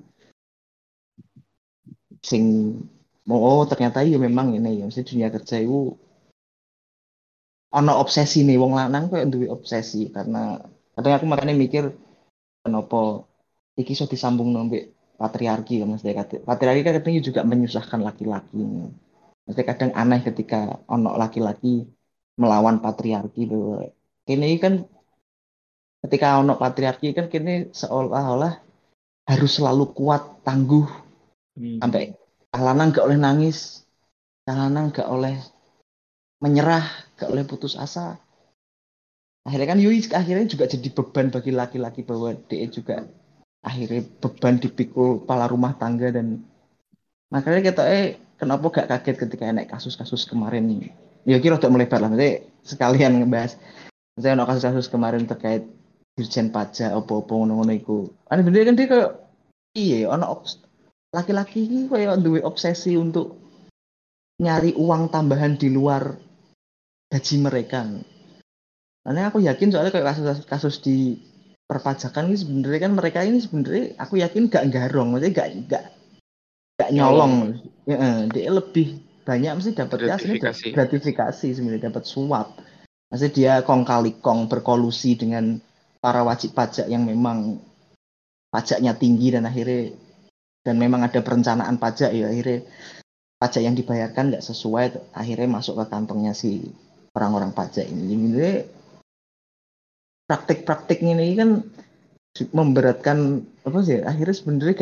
sing ternyata ya memang ini ya maksudnya dunia kerja itu ono obsesi nih wong lanang kok duwe obsesi karena kadang aku makanya mikir kenapa iki iso disambung nombek patriarki ya Mas patriarki kan kadang juga menyusahkan laki-laki. Maksudnya kadang aneh ketika ono laki-laki melawan patriarki bahwa kini kan ketika ono patriarki kan kini seolah-olah harus selalu kuat tangguh sampai lanang gak oleh nangis lanang gak oleh menyerah gak oleh putus asa akhirnya kan Yui akhirnya juga jadi beban bagi laki-laki bahwa dia juga akhirnya beban dipikul kepala rumah tangga dan makanya kita kenapa gak kaget ketika naik kasus-kasus kemarin nih ya kira untuk melebar lah maksudnya sekalian ngebahas misalnya kasus-kasus kemarin terkait dirjen pajak apa-apa ngono-ngono iku. Kan bener kan dia kayak iya ono laki-laki iki kayak duwe obsesi untuk nyari uang tambahan di luar gaji mereka. Karena aku yakin soalnya kayak kasus di perpajakan ini sebenarnya kan mereka ini sebenarnya aku yakin gak garong, maksudnya gak Nyolong, nyolong. Ya, dia lebih banyak mesti dapatnya aslinya gratifikasi. gratifikasi sebenarnya dapat suap. Maksudnya dia kong kali kong berkolusi dengan para wajib pajak yang memang pajaknya tinggi dan memang ada perencanaan pajak ya akhirnya pajak yang dibayarkan nggak sesuai akhirnya masuk ke kantongnya si orang-orang pajak ini. Jadi praktik-praktik ini kan memberatkan apa sih? Akhirnya sebenarnya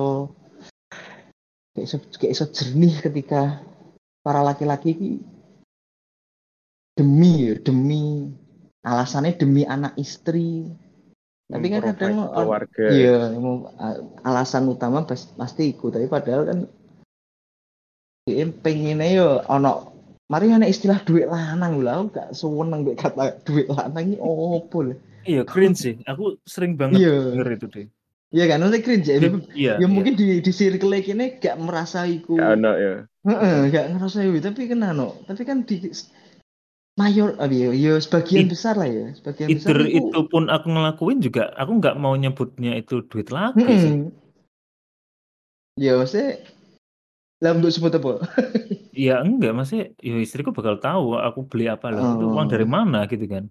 gak iso jernih ketika para laki-laki ini demi alasannya demi anak istri. Tapi kan kadang Memprovide keluarga. iya alasan utama pasti ikut. Tapi padahal kan dia pengennya yo ono mari ana istilah duit lanang lho. Aku gak seneng mbek kata duit lanang iki opo lho. Iya, cringe sih. Aku sering banget Iya. denger itu deh. Iya kan, nanti cringe ya. Iya, Ya iya. mungkin di circle ini gak merasa iku. Gak ono ya. Gak ngerasa itu, tapi kan tapi kan di sebagian besar lah ya. Sebagian besar Either itu pun aku ngelakuin juga, aku nggak mau nyebutnya itu duit laki sih. Ya maksudnya lah untuk sebut apa? Iya enggak, maksudnya ya istriku bakal tahu aku beli apa loh. Itu uang dari mana gitu kan.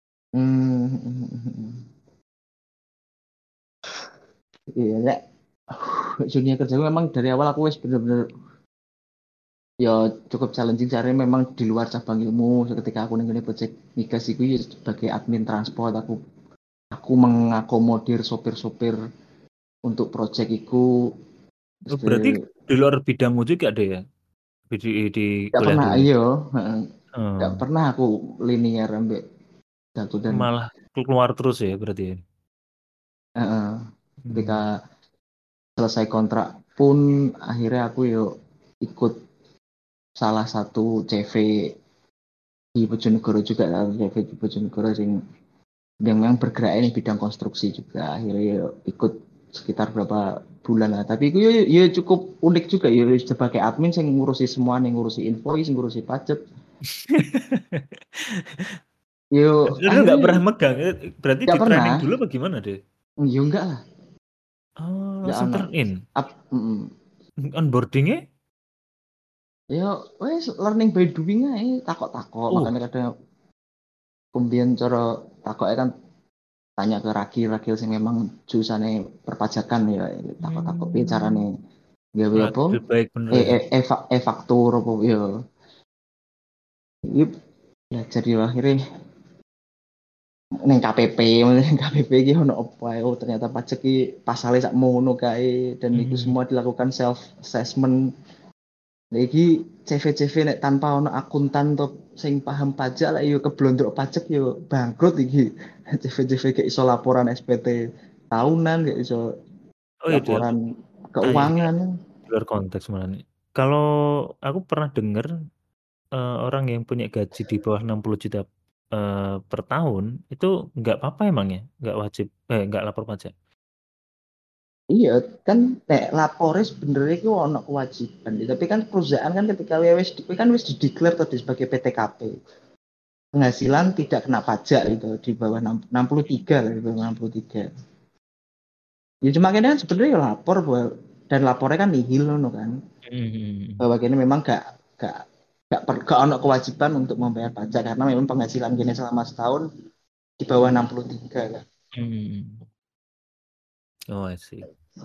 Iya, Nek. Dunia kerja memang dari awal aku wis bener-bener ya cukup challenging caranya memang di luar cabang ilmu ketika aku ning project migas iku ya sebagai admin transport aku mengakomodir sopir-sopir untuk project iku. Berarti di luar bidangmu juga ada ya? Di Gak kuliah pernah dulu. gak pernah aku linear ambek satu dan Malah keluar terus ya berarti ya. ketika selesai kontrak pun akhirnya aku yuk ikut salah satu CV di Bojonegoro juga CV di Bojonegoro yang memang bergerak ini bidang konstruksi juga akhirnya yuk ikut sekitar berapa bulan lah tapi itu ya cukup unik juga ya sebagai admin saya ngurusi semua nih ngurusi invoice ngurusi pajak yo Lu nggak pernah megang, berarti di training pernah. dulu apa gimana deh? Ya enggak lah. Oh, langsung turn in. Onboardingnya? Ya, wes learning by doing aja, takok-takok. Makanya kadang kemudian cara takoknya kan tanya ke Ragil sing memang jurusannya perpajakan ya, takok-takok piye carane gawe apa? Baik bener ya. Faktur apa ya. Yuk, belajar di akhirnya neng KPP iki ono apa oh ternyata pajak iki pasale sak mono kae dan itu semua dilakukan self assessment. Iki CV nek tanpa ono akuntan to sing paham pajak lah yo keblondrok pajak yo bangkrut iki. CV kayak iso laporan SPT tahunan kayak iso laporan keuangan. Di luar konteks malah nih. Kalau aku pernah dengar orang yang punya gaji di bawah 60 juta per tahun itu nggak apa-apa emangnya, nggak wajib, nggak lapor pajak. Iya kan nek lapore sebenarnya itu ono kewajiban tapi kan perusahaan kan ketika wis dideklar tadi sebagai PTKP penghasilan tidak kena pajak itu di bawah 63 lah di bawah 63 ya cuma kan sebenarnya lapor dan lapornya kan nihil no kan bahwa kini memang gak ono kewajiban untuk membayar pajak karena memang penghasilan gini selama setahun di bawah 63 kan. Oh, I see.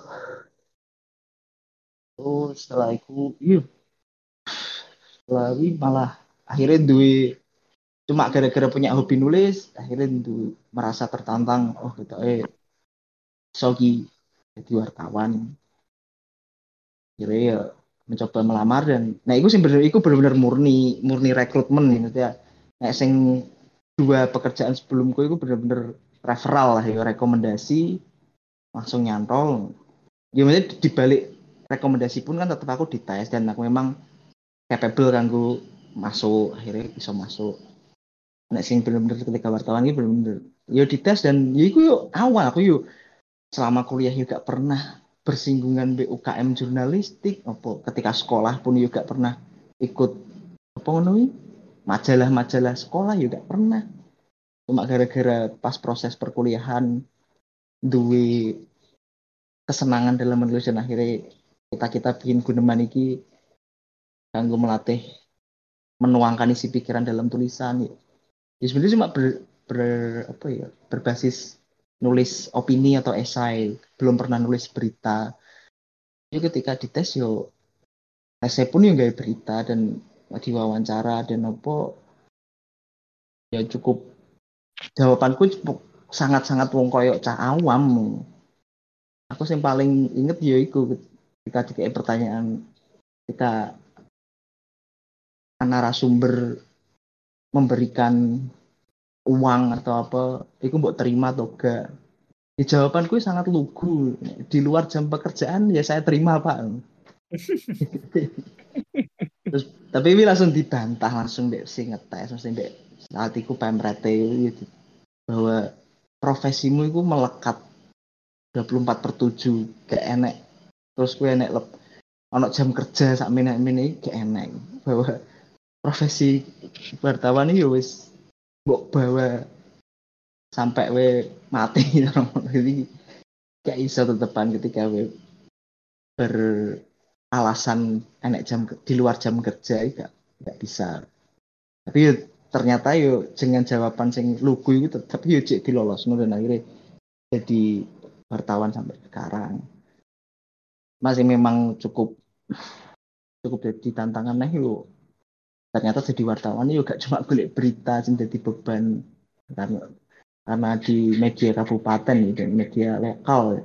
Oh, setelah itu, setelah itu malah akhirnya cuma gara-gara punya hobi nulis, akhirnya merasa tertantang, oh gitu, sogi jadi wartawan. Akhirnya ya mencoba melamar dan, nah itu benar-benar murni rekrutmen gitu ya. Nah, sing dua pekerjaan sebelumku itu benar-benar referral lah ya, rekomendasi langsung nyantol. Ya maksudnya dibalik rekomendasi pun kan tetap aku dites dan aku memang capable kan gue masuk akhirnya bisa masuk. Nek sing bener-bener ketika wartawan ini bener-bener yo dites dan ya iku yo awal aku yo selama kuliah yo gak pernah bersinggungan UKM jurnalistik apa ketika sekolah pun yo gak pernah ikut apa ngono kuwi, majalah-majalah sekolah yo gak pernah. Cuma gara-gara pas proses perkuliahan duwe kesenangan dalam menulis dan akhirnya kita bikin Guneman iki kanggo melatih menuangkan isi pikiran dalam tulisan. Ya sebenarnya cuma apa ya, berbasis nulis opini atau esai, belum pernah nulis berita. Jadi ketika dites yo esai pun yo nggak berita dan diwawancara dan apa ya cukup jawabanku cukup sangat-sangat wong koyo cah awam. Aku yang paling inget ya iku ketika dikai pertanyaan ketika narasumber memberikan uang atau apa, itu mbok terima atau enggak? Ya, jawabanku sangat lugu. Di luar jam pekerjaan ya saya terima Pak. Terus tapi ini langsung dibantah langsung dek sing ngetes, langsung dek saat itu pemrete gitu, bahwa profesimu itu melekat 24/7 gak enek. Terus gue enek ono jam kerja sak meneh-meneh gak enek. Bahwa profesi wartawan itu wis mbok bawa sampai we mati jadi gak iso tetepan ketika we beralasan enek jam di luar jam kerja gak bisa. Tapi yo ternyata yo dengan jawaban sing lugu itu tetap yo cek dilolos dan akhirnya jadi wartawan sampai sekarang. Masih memang cukup jadi tantangan nah yo. Ternyata jadi wartawan yo gak cuma golek berita sing jadi beban karena di media kabupaten dan media lokal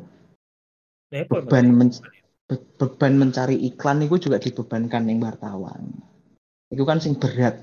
beban mencari iklan itu juga dibebankan yang wartawan. Itu kan sing berat.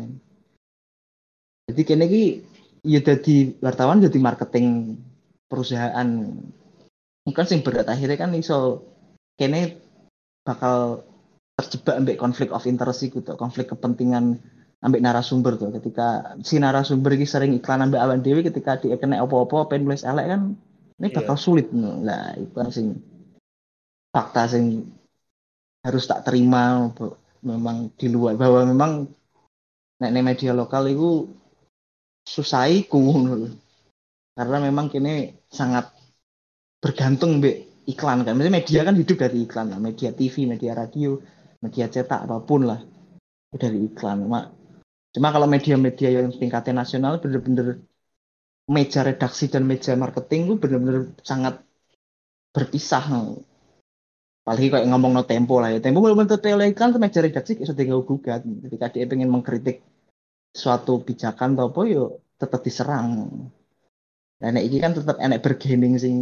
Jadi kene iki ya dadi wartawan jadi marketing perusahaan. Mungkin sing berat akhirnya kan iso kene bakal terjebak ambek konflik of interest iku tuh, konflik kepentingan ambek narasumber tuh. Ketika si narasumber iki sering iklan ambek awan dewi ketika dia kena apa-apa pengen nulis elek kan ini bakal sulit. Lah itu kan sing fakta sing harus tak terima memang di luar bahwa memang nek media lokal itu susah iku karena memang kini sangat bergantung mbek iklan kan. Maksudnya media kan hidup dari iklan lah, media TV, media radio, media cetak apapun lah dari iklan. Cuma kalau media-media yang tingkatnya nasional bener-bener meja redaksi dan meja marketing itu bener-bener sangat berpisah. Apalagi kayak ngomong no Tempo lah ya. Tempo belum tentu iklan ke meja redaksi kayak sudah gugat. Ketika dia pengen mengkritik suatu pijakan atau apa yo tetap diserang. Nah, ini kan tetap enak bergening sing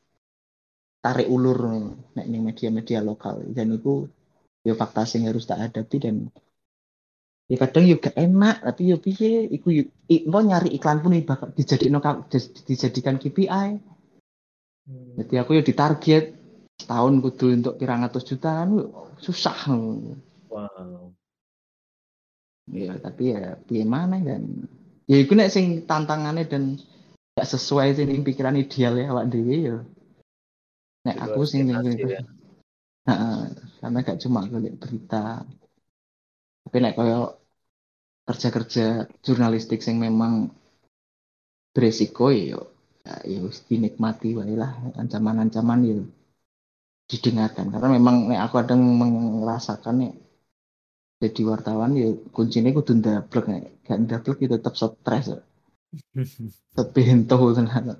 tarik ulur nek ning media-media lokal dan itu yo fakta sing harus tak hadapi dan ya kadang yo gak enak tapi yo piye iku yo nyari iklan pun bakal dijadikan KPI. Jadi aku yo ditarget setahun kudu untuk pirang atus juta kan susah. Wow. Ya tapi ya gimana kan ya itu nek sing tantangannya dan gak sesuai sing pikiran ideal ya awak dhewe ya nek aku sing ya. karena gak cuma golek berita tapi nek koyo kerja-kerja jurnalistik sing memang beresiko ya wis dinikmati wae lah ancaman-ancaman ya didengarkan karena memang nek aku kadang merasakan nek jadi wartawan ya kuncinya kudu ndablek nek gak ndablek ya tetap stres. Tapi ento tenan.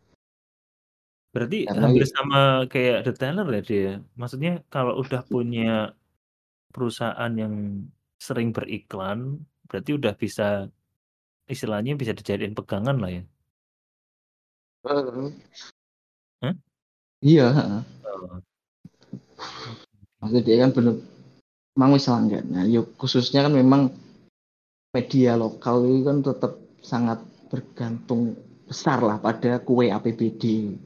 Berarti Karena hampir sama kayak detailer ya dia. Maksudnya kalau udah punya perusahaan yang sering beriklan, berarti udah bisa istilahnya bisa dijadiin pegangan lah ya. Hah? Iya, Oh. maksudnya dia kan bener memang wis langganan. Ya khususnya kan memang media lokal itu kan tetap sangat bergantung besar lah pada kue APBD.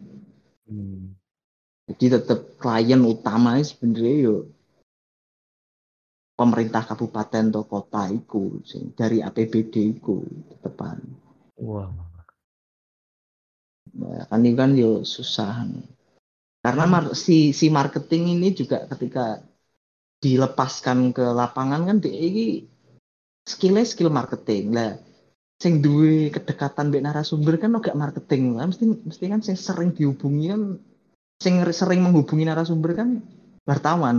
Jadi tetap klien utamanya sebenarnya yo pemerintah kabupaten atau kota itu dari APBD itu tetepan. Wah. Nah, kan itu kan yo susah. Karena si marketing ini juga ketika dilepaskan ke lapangan kan dia ini skillnya skill marketing lah. Sing duwe kedekatan mbek narasumber kan gak marketing lah. Mesti kan sing sering dihubungi kan sing sering menghubungi narasumber kan wartawan.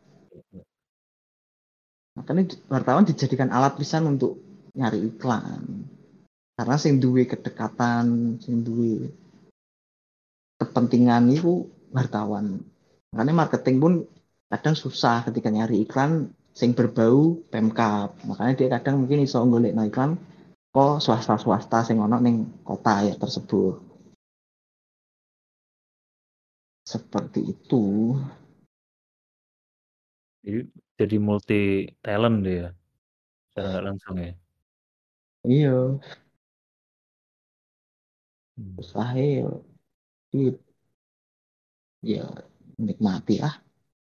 Makanya wartawan dijadikan alat pisan untuk nyari iklan. Karena sing duwe kedekatan, sing duwe kepentingan itu wartawan. Makanya marketing pun kadang susah ketika nyari iklan sing berbau Pemkab. Makanya dia kadang mungkin iso golek iklan kok swasta sing ono ning kota ya tersebut. Seperti itu. Jadi multi talent deh ya. Secara nggak langsung ya. Iya, Hmm. susah ya nikmati lah.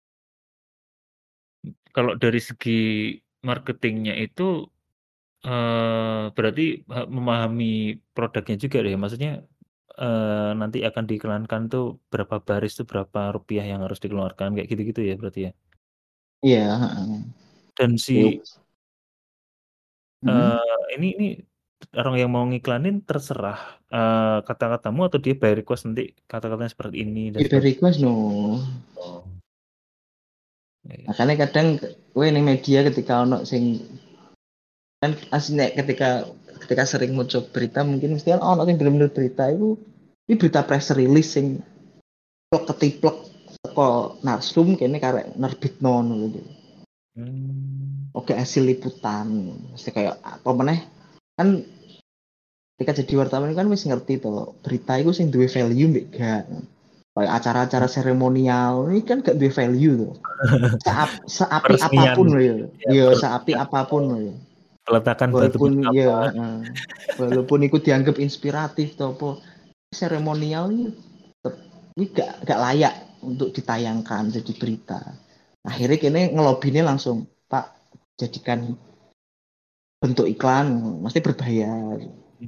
Kalau dari segi marketingnya itu berarti memahami produknya juga deh. Maksudnya nanti akan diiklankan tuh berapa baris tuh berapa rupiah yang harus dikeluarkan kayak gitu-gitu ya berarti ya. Iya, Dan si Mm-mm. ini orang yang mau ngiklanin terserah kata-katamu atau dia by request nanti kata-katanya seperti ini dan Di request no. Oh. Ya. Makanya kadang gue ning media ketika ono sing kan aslinya ketika sering muncul berita mungkin mesti kan ono sing bener-bener berita itu ini berita press release sing plek ketiplek teko narsum kene karek nerbitno ngono gitu. Oke hasil liputan mesti kayak apa meneh kan ketika jadi wartawan kan wis ngerti tuh berita itu sing duwe value mbek gak kayak acara-acara seremonial ini kan gak duwe value tuh seapi Peresmian. apapun loh ya Ya, seapi apapun loh ya peletakan batu walaupun bata. walaupun itu dianggap inspiratif atau apa seremonial ini gak layak untuk ditayangkan jadi berita akhirnya kini ngelobinnya langsung Pak jadikan bentuk iklan mesti berbayar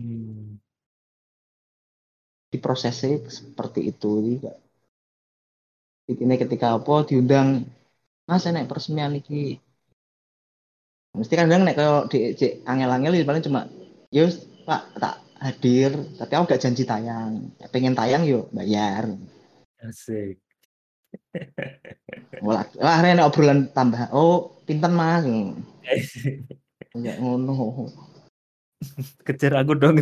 diprosesnya seperti itu juga ini ketika apa diundang Mas naik peresmian iki mesti kadang nek kalau di angel-angel paling cuma yus Pak tak hadir tapi aku gak janji tayang pengen tayang yuk bayar Asik. wah akhirnya obrolan tambah oh pinten Mas enggak ngono Kejar aku dong.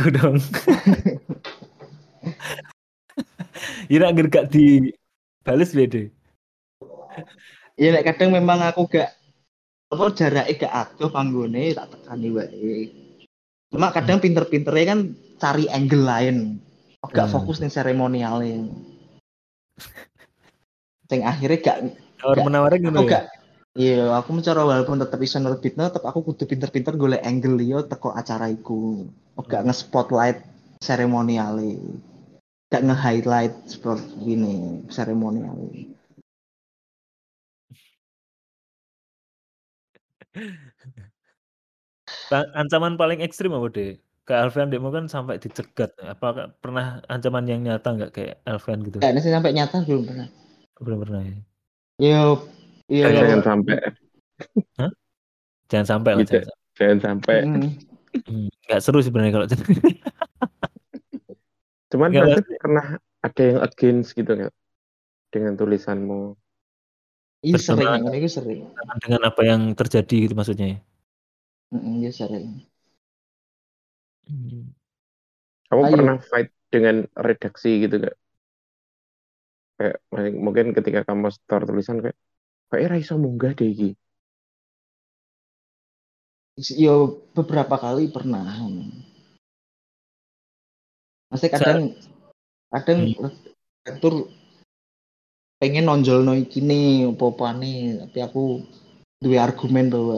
Ira gak dibales bede. ya nek kadang memang aku gak apa jaraknya gak adoh panggone tak tekani wae cuma kadang pinter-pinternya kan cari angle lain gak fokus nih seremonialnya yang akhirnya gak menawarin aku gak iya aku mencoba walaupun tetap bisa nerbitno tetap aku kudu pinter-pinter golek angle liyo teko acara iku gak nge-spotlight seremonialnya gak nge-highlight seperti ini seremonialnya Ancaman paling ekstrim apa deh? Ke Alfian demo kan sampai dicegat. Apa pernah ancaman yang nyata nggak kayak Alfian gitu? kayaknya sih sampai nyata belum pernah. Belum pernah ya. Iya. Jangan sampai. Hah? Jangan sampai lah. Jangan sampai. Nggak seru sebenarnya kalau Cuman pasti pernah ada yang against gitu nggak dengan tulisanmu? Iya sering, itu sering. Dengan apa yang terjadi gitu maksudnya ya? Iya sering. Kamu pernah fight dengan redaksi gitu nggak? Kayak mungkin ketika kamu store tulisan kayak ra iso munggah deh iki. Yo beberapa kali pernah. Masih kadang redaktur pengen nonjol iki nih apa-apane tapi aku dua argumen bahwa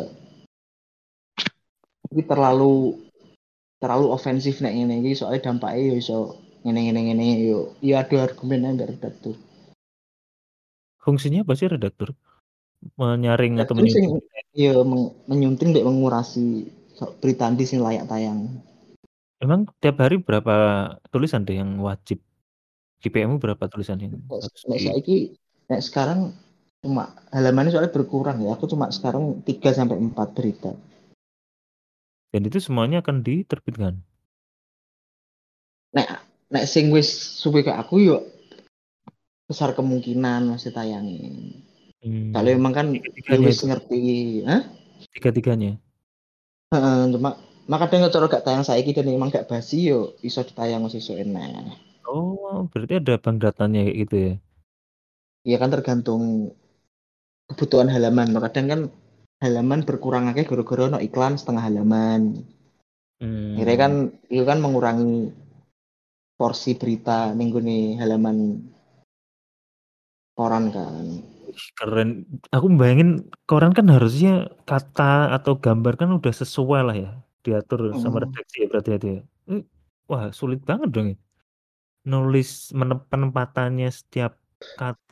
ini terlalu ofensif nek ngene iki soalnya dampaknya yo iso ngene yo ada argumennya dari redaktur. Fungsinya apa sih redaktur? Menyaring atau menyunting? Iya, menyunting dan mengurasi berita di sing layak tayang. Emang tiap hari berapa tulisan deh yang wajib? GPM-mu berapa tulisan yang harus Nek di saiki nek sekarang cuma halamannya soalnya berkurang ya. Aku cuma sekarang 3 sampai 4 berita. dan itu semuanya akan diterbitkan? Nek nek sing wis suwe ke aku yo besar kemungkinan masih tayangin. Kalau emang kan ya Tiga-tiganya wis itu? ngerti, hah? Tiga-tiganya? Heeh, cuma maka kadang cara gak tayang saiki dan emang gak basi yo iso ditayang sesuk enak. Oh, berarti ada bank datanya kayak gitu ya? Ya kan tergantung kebutuhan halaman. Kadang kan halaman berkurang akeh gara-gara ono iklan setengah halaman. Akhirnya kan itu kan mengurangi porsi berita minggu nih halaman koran kan. Wih, keren. Aku bayangin koran kan harusnya kata atau gambar kan udah sesuai lah ya, diatur sama redaksi ya berarti itu ya. Wah, sulit banget dong ya. Nulis penempatannya setiap kata.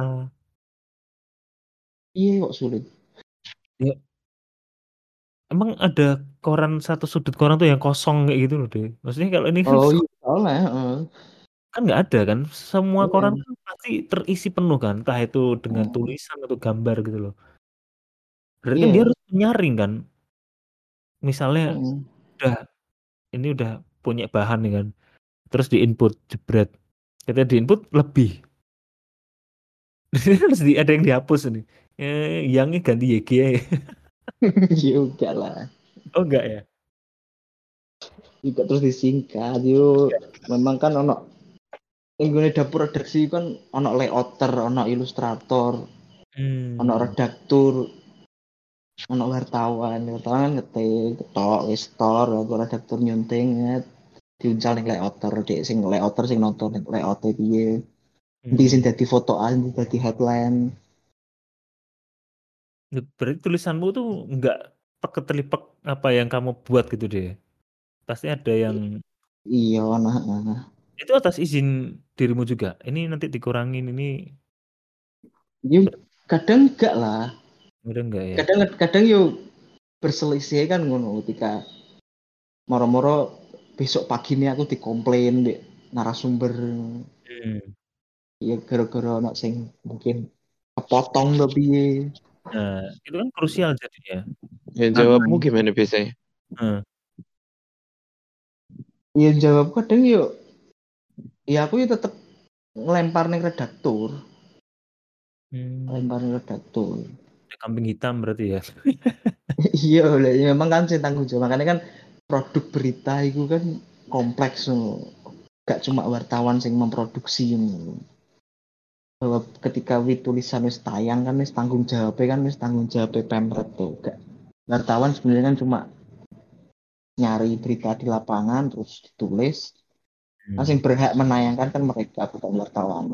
Iya kok sulit. Ya, emang ada koran satu sudut koran tuh yang kosong kayak gitu loh deh. Maksudnya kalau ini kan Oh iya soalnya, kan nggak ada kan. Semua koran Iya. kan pasti terisi penuh kan, entah itu dengan tulisan atau gambar gitu loh. Berarti kan dia Iya. harus menyaring kan. Misalnya Heeh. ini udah punya bahan nih kan. Terus di input jebret. Ketika di input lebih. Terus ada yang dihapus nih. Yangnya ganti YG ya. Juga lah. Oh enggak ya? Juga terus disingkat yuk. Memang kan ono ini dapur redaksi kan ono layouter, ono ilustrator, ono redaktur, ono wartawan kan ngetik, ketok, wis tor, aku redaktur nyunting diuncal ning layouter, dek sing layouter sing nonton ning layout piye. Di sing dadi fotoan, di dadi headline. Berarti tulisanmu tuh enggak ketelipek apa yang kamu buat gitu deh. Pasti ada yang Iya, nah. itu atas izin dirimu juga. Ini nanti dikurangin ini. Ya, kadang enggak lah. Udah enggak ya? Kadang yuk berselisih kan ngono ketika moro-moro besok pagi ini aku dikomplain dek narasumber ya gara-gara ono sing mungkin kepotong tapi Nah, itu kan krusial jadinya. Yang jawabmu gimana biasanya? ya jawab kadang yuk ya aku ya tetep ngelempar nih redaktur ngelempar nih redaktur Kambing hitam berarti ya. iya lah ya memang kan sih tanggung jawab makanya kan produk berita itu kan kompleks loh. Gak cuma wartawan sing memproduksi bahwa ketika tulisan wis tayang kan wis tanggung jawabnya pemret tuh gak wartawan sebenarnya kan cuma nyari berita di lapangan terus ditulis yang berhak menayangkan kan mereka bukan wartawan.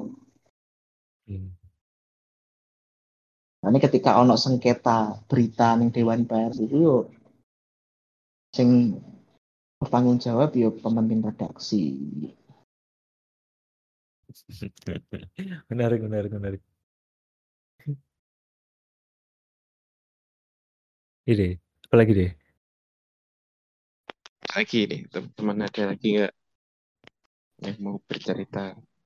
Nah, ini ketika ono sengketa berita ning Dewan Pers itu yo sing bertanggung jawab yo pemimpin redaksi. Menarik. Ini, apa lagi deh? Lagi nih, teman-teman ada lagi nggak yang mau bercerita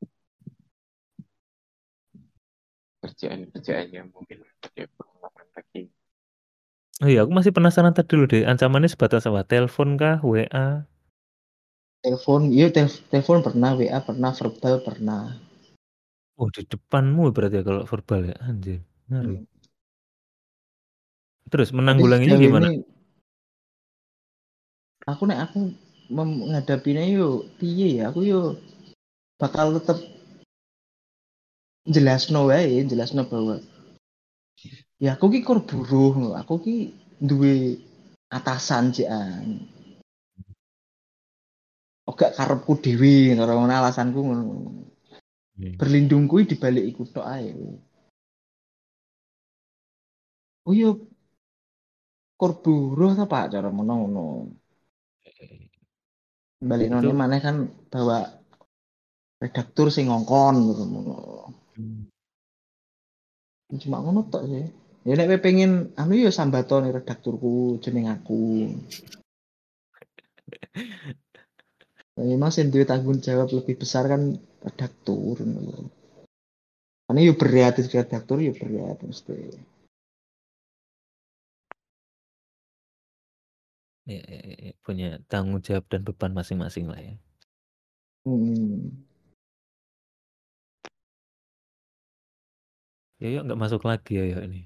kerjaan-kerjaan yang mungkin ada pengalaman lagi? Oh iya, aku masih penasaran tadi dulu deh. Ancamannya sebatas apa? Telepon kah? WA? Telepon, iya telepon pernah, WA pernah, verbal pernah. Oh, di depanmu berarti ya kalau verbal ya. Anjir, ngeri. Terus Tapi menanggulanginya sejauh gimana? ini aku menghadapinya yo piye ya aku yo bakal tetap jelasno bahwa ya aku ki kor buruh aku ki duwe atasan jian gak karepku dhewe karo alasanku ngono berlindung kuwi di balik iku tok ae oh yo kor buruh ta Pak cara ngono balik Itu none maneh kan bahwa redaktur sing ngongkon ngono cuma ngono tok sih ya nek kowe pengen anu ya sambatone redakturku jeneng aku memang sing duwe tanggung jawab lebih besar kan redaktur. Karena yo berat jadi redaktur yo berat mesti. Ya, punya tanggung jawab dan beban masing-masing lah ya. Yoyo nggak masuk lagi Yoyo ini.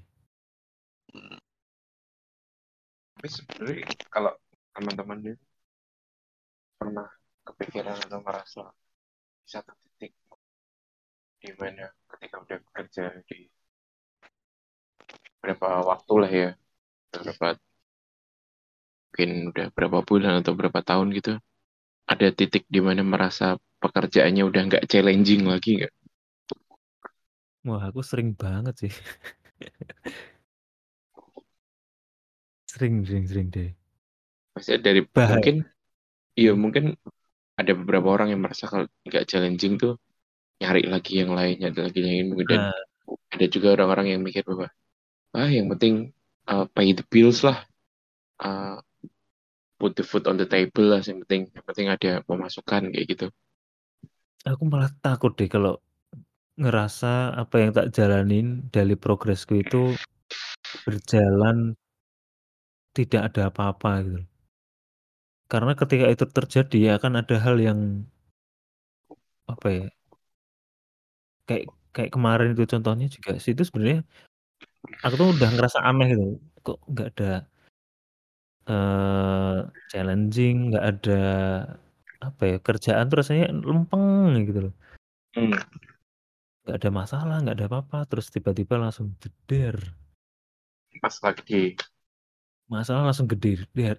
Tapi sebenarnya kalau teman-teman ini pernah kepikiran atau merasa di satu titik di mana ketika udah bekerja di berapa waktu lah ya, mungkin udah berapa bulan atau berapa tahun gitu, ada titik di mana merasa pekerjaannya udah nggak challenging lagi nggak? Wah, aku sering banget sih. sering deh. Maksudnya dari Bahaya. mungkin ada beberapa orang yang merasa kalau nggak challenging tuh nyari lagi yang lain, mungkin, dan ada juga orang-orang yang mikir bahwa yang penting pay the bills lah, put the food on the table lah, yang penting ada pemasukan kayak gitu. Aku malah takut deh kalau ngerasa apa yang tak jalanin daily progressku itu berjalan tidak ada apa-apa gitu. Karena ketika itu terjadi akan ada hal yang apa ya? Kayak kemarin itu contohnya juga sih itu sebenarnya aku tuh udah ngerasa aneh gitu. Kok nggak ada challenging, nggak ada apa ya? Kerjaan tuh rasanya lempeng gitu loh. Nggak ada masalah, nggak ada apa-apa, terus tiba-tiba langsung jeder. Pas lagi Masalah langsung gede, lihat,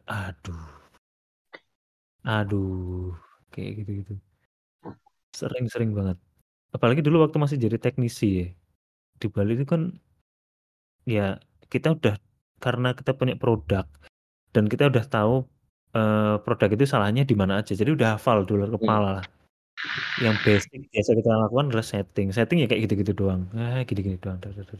aduh, kayak gitu-gitu. Sering banget. Apalagi dulu waktu masih jadi teknisi ya. Di Bali itu kan ya kita udah karena kita punya produk dan kita udah tahu produk itu salahnya di mana aja. Jadi udah hafal di luar kepala lah. Yang basic biasa kita lakukan adalah setting. Setting ya kayak gitu-gitu doang. Gini-gini doang.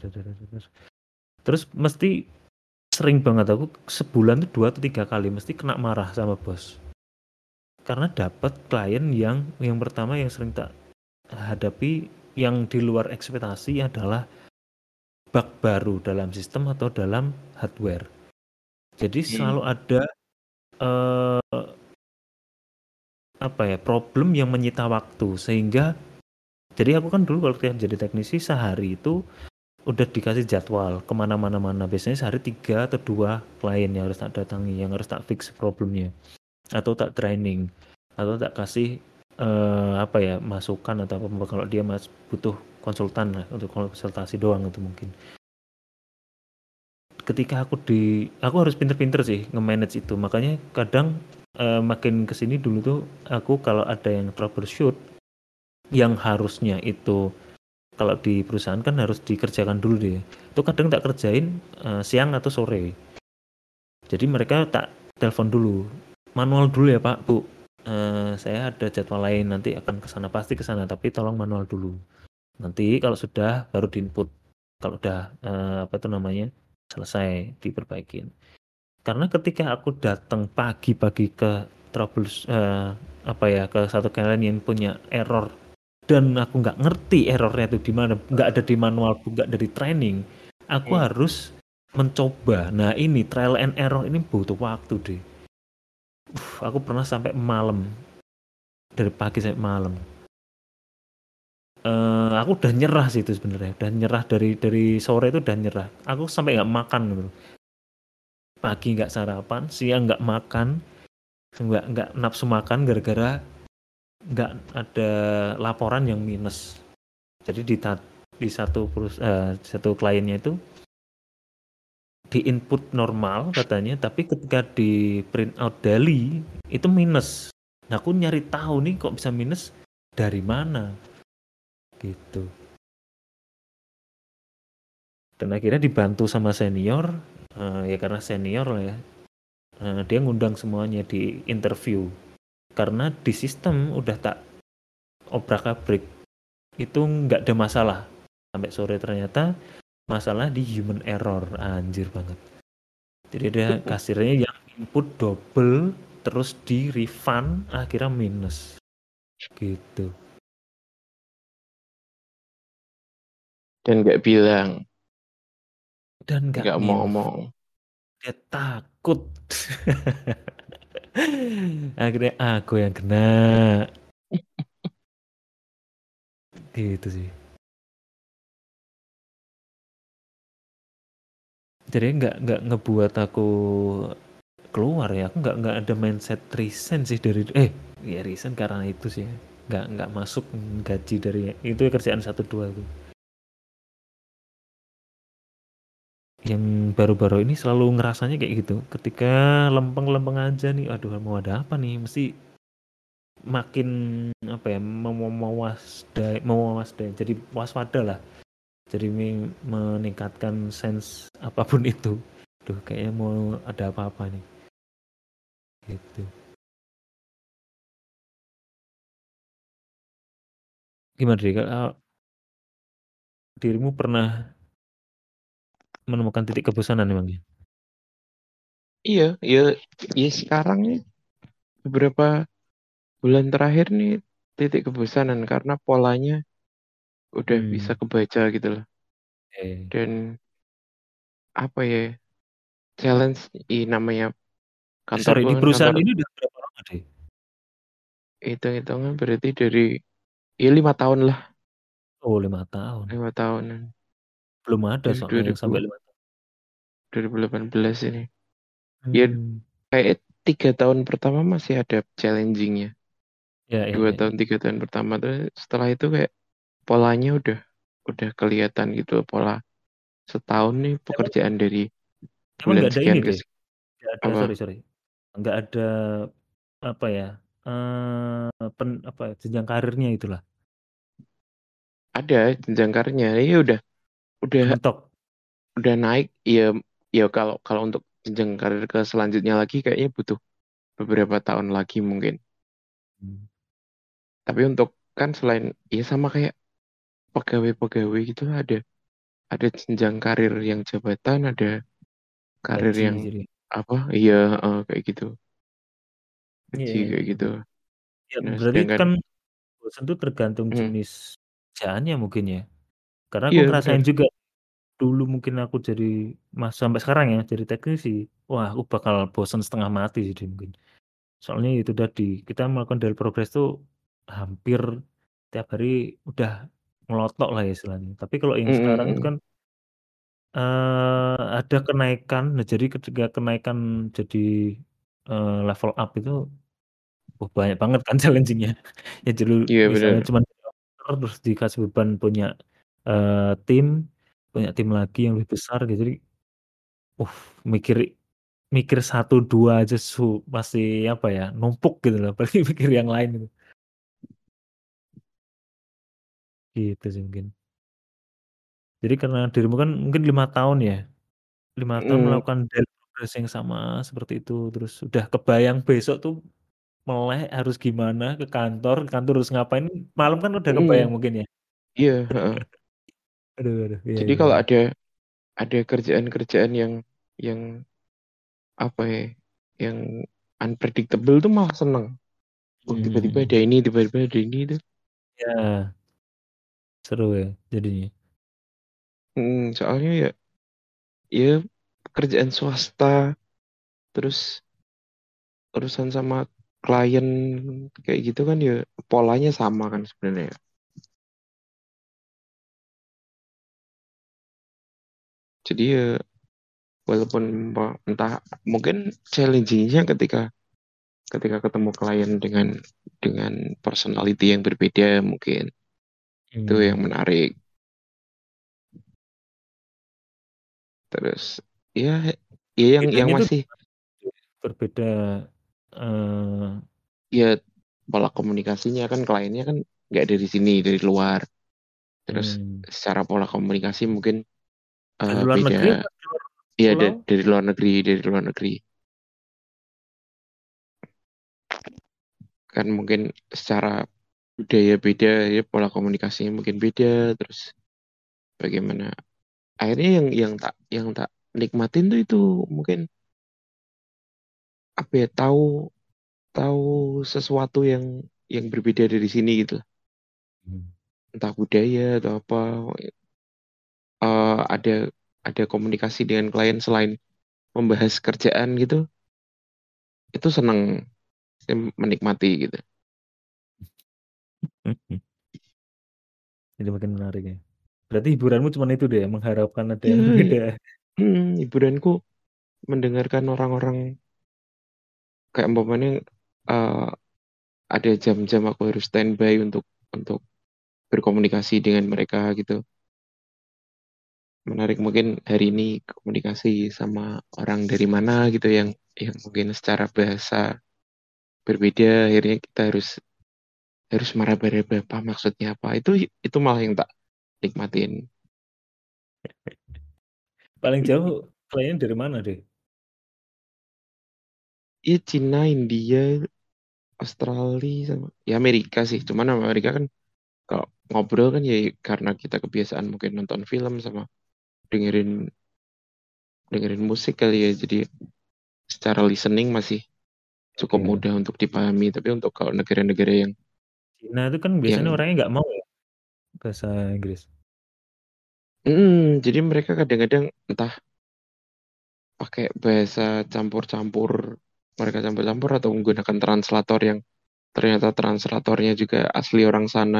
Terus mesti sering banget aku sebulan tuh 2 atau 3 kali mesti kena marah sama bos. Karena dapat klien yang pertama yang sering tak hadapi yang di luar ekspektasi adalah bug baru dalam sistem atau dalam hardware. Jadi selalu ada problem yang menyita waktu sehingga jadi aku kan dulu kalau jadi teknisi sehari itu udah dikasih jadwal kemana-mana. Biasanya sehari 3 atau 2 klien yang harus tak datangi, yang harus tak fix problemnya atau tak training atau tak kasih masukan atau apa kalau dia butuh konsultan lah, untuk konsultasi doang itu mungkin. Ketika aku harus pinter-pinter sih nge-manage itu, makanya kadang makin kesini dulu tuh aku kalau ada yang troubleshoot yang harusnya itu kalau di perusahaan kan harus dikerjakan dulu deh, itu kadang tak kerjain siang atau sore. Jadi mereka tak telepon dulu, manual dulu ya Pak Bu, saya ada jadwal lain nanti akan kesana, pasti kesana, tapi tolong manual dulu, nanti kalau sudah baru diinput, kalau udah selesai diperbaikin. Karena ketika aku datang pagi-pagi ke ke satu klien yang punya error dan aku nggak ngerti errornya itu di mana, nggak ada di manual, nggak dari training, aku harus mencoba. Nah ini trial and error ini butuh waktu deh. Aku pernah sampai malam, dari pagi sampai malam. Aku udah nyerah sih itu sebenarnya, udah nyerah dari sore itu udah nyerah. Aku sampai nggak makan gitu. Pagi nggak sarapan, siang nggak makan, nggak nafsu makan gara-gara nggak ada laporan yang minus. Jadi di satu kliennya itu di input normal katanya, tapi ketika di print out daily itu minus. Nah aku nyari tahu nih kok bisa minus dari mana gitu. Dan akhirnya dibantu sama senior, ya karena senior lah ya, dia ngundang semuanya di interview. Karena di sistem udah tak obrak-abrik, itu nggak ada masalah. Sampai sore ternyata masalah di human error, anjir banget. Jadi ada kasirnya yang input double terus di refund akhirnya minus gitu. Dan nggak bilang, Dan nggak mau ngomong. dia takut. Akhirnya aku yang kena gitu sih. Jadi nggak ngebuat aku keluar ya. Aku nggak ada mindset resign sih dari ya resign karena itu sih ya. Nggak masuk gaji dari itu kerjaan 1-2 itu. Yang baru-baru ini selalu ngerasanya kayak gitu. Ketika lempeng-lempeng aja nih, aduh mau ada apa nih? Mesti makin apa ya, mewaspadai, jadi waspada lah. Jadi meningkatkan sense apapun itu. Duh, kayaknya mau ada apa-apa nih. Gitu. Gimana Dri? Dirimu pernah menemukan titik kebosanan emangnya? Iya, iya sekarang nih beberapa bulan terakhir nih titik kebosanan karena polanya udah bisa kebaca gitu loh. Dan apa ya, challenge namanya Sorry, kantorku di kan perusahaan kantor ini udah berapa lama deh? hitung-hitungan berarti dari ya 5 tahun lah, Oh, 5 tahun. 5 tahunan Belum ada dari soalnya yang sampai 5 tahun. 2018 ini. Ya kayak 3 tahun pertama masih ada challengingnya. Ya, 2 tahun 3 tahun pertama tuh setelah itu kayak polanya udah kelihatan gitu, pola setahun nih pekerjaan dari Emang bulan nggak ada ini sekian ke deh? Nggak ada, apa sorry. Nggak ada apa ya? Apa jenjang karirnya itulah. ada jenjang karirnya ya udah Mentok. udah naik ya. Ya kalau kalau untuk jenjang karir ke selanjutnya lagi kayaknya butuh beberapa tahun lagi mungkin. Tapi untuk kan selain ya sama kayak pegawai-pegawai gitu ada jenjang karir yang jabatan, ada karir Gaji yang jadi. apa iya kayak gitu, gaji Iya. kayak gitu. Ya, Nah berarti sedangkan kan bosan tuh tergantung jenis kerjaannya mungkin ya. Karena aku iya benar. ngerasain juga dulu mungkin aku jadi sampai sekarang ya jadi teknisi. Wah, aku bakal bosan setengah mati sih mungkin. Soalnya itu tadi kita melakukan daily progress tuh hampir tiap hari udah ngelotok lah ya istilahnya. Tapi kalau yang sekarang itu kan ada kenaikan. Nah, jadi ketika kenaikan jadi level up itu banyak banget kan challenging-nya. Ya dulu Iya misalnya benar. cuma terus dikasih beban punya tim lagi yang lebih besar gitu. Jadi mikir mikir 1-2 aja masih apa ya, numpuk gitu loh, apalagi mikir yang lain gitu. Gitu sih mungkin. Jadi karena dirimu kan mungkin 5 tahun ya, 5 tahun melakukan daily progress yang sama seperti itu, terus udah kebayang besok tuh melek harus gimana ke kantor harus ngapain, malam kan udah kebayang mungkin ya? Iya, heeh. Aduh, iya. Jadi kalau ada kerjaan-kerjaan yang apa ya, yang unpredictable tuh malah seneng. Tiba-tiba ada ini, tiba-tiba ada ini tuh. Ya, seru ya jadinya. Soalnya ya pekerjaan swasta, terus urusan sama klien kayak gitu kan ya polanya sama kan sebenarnya. Jadi ya walaupun entah mungkin challenging-nya ketika ketika ketemu klien dengan personality yang berbeda mungkin itu yang menarik. Terus ya ya yang Bedanya tuh masih berbeda ya pola komunikasinya kan kliennya kan nggak dari sini, dari luar. Terus secara pola komunikasi mungkin dari luar beda. negeri apa dari luar Iya pulau? dari luar negeri, dari luar negeri. Kan mungkin secara budaya beda, ya pola komunikasinya mungkin beda. Terus bagaimana? Akhirnya yang tak nikmatin tuh itu mungkin apa ya, tahu tahu sesuatu yang berbeda dari sini gitu. Entah budaya atau apa. Ada komunikasi dengan klien selain membahas kerjaan gitu, itu seneng, saya menikmati gitu. Jadi makin menarik ya. Berarti hiburanmu cuma itu deh, mengharapkan ada yang berbeda. Hiburanku mendengarkan orang-orang kayak umpamanya eh, ada jam-jam aku harus standby untuk berkomunikasi dengan mereka gitu. Menarik mungkin hari ini komunikasi sama orang dari mana gitu yang mungkin secara bahasa berbeda, akhirnya kita harus meraba-raba apa maksudnya apa. Itu malah yang tak nikmatin. Paling jauh klien dari mana deh? Iya, Cina, India, Australia sama ya Amerika sih. Cuman sama Amerika kan kalau ngobrol kan ya karena kita kebiasaan mungkin nonton film sama dengerin dengerin musik kali ya. Jadi secara listening masih cukup Oke. mudah untuk dipahami. Tapi untuk kalau negara-negara Cina itu kan biasanya yang orangnya nggak mau ya bahasa Inggris. jadi mereka kadang-kadang entah pakai bahasa campur-campur, mereka campur-campur atau menggunakan translator yang ternyata translatornya juga asli orang sana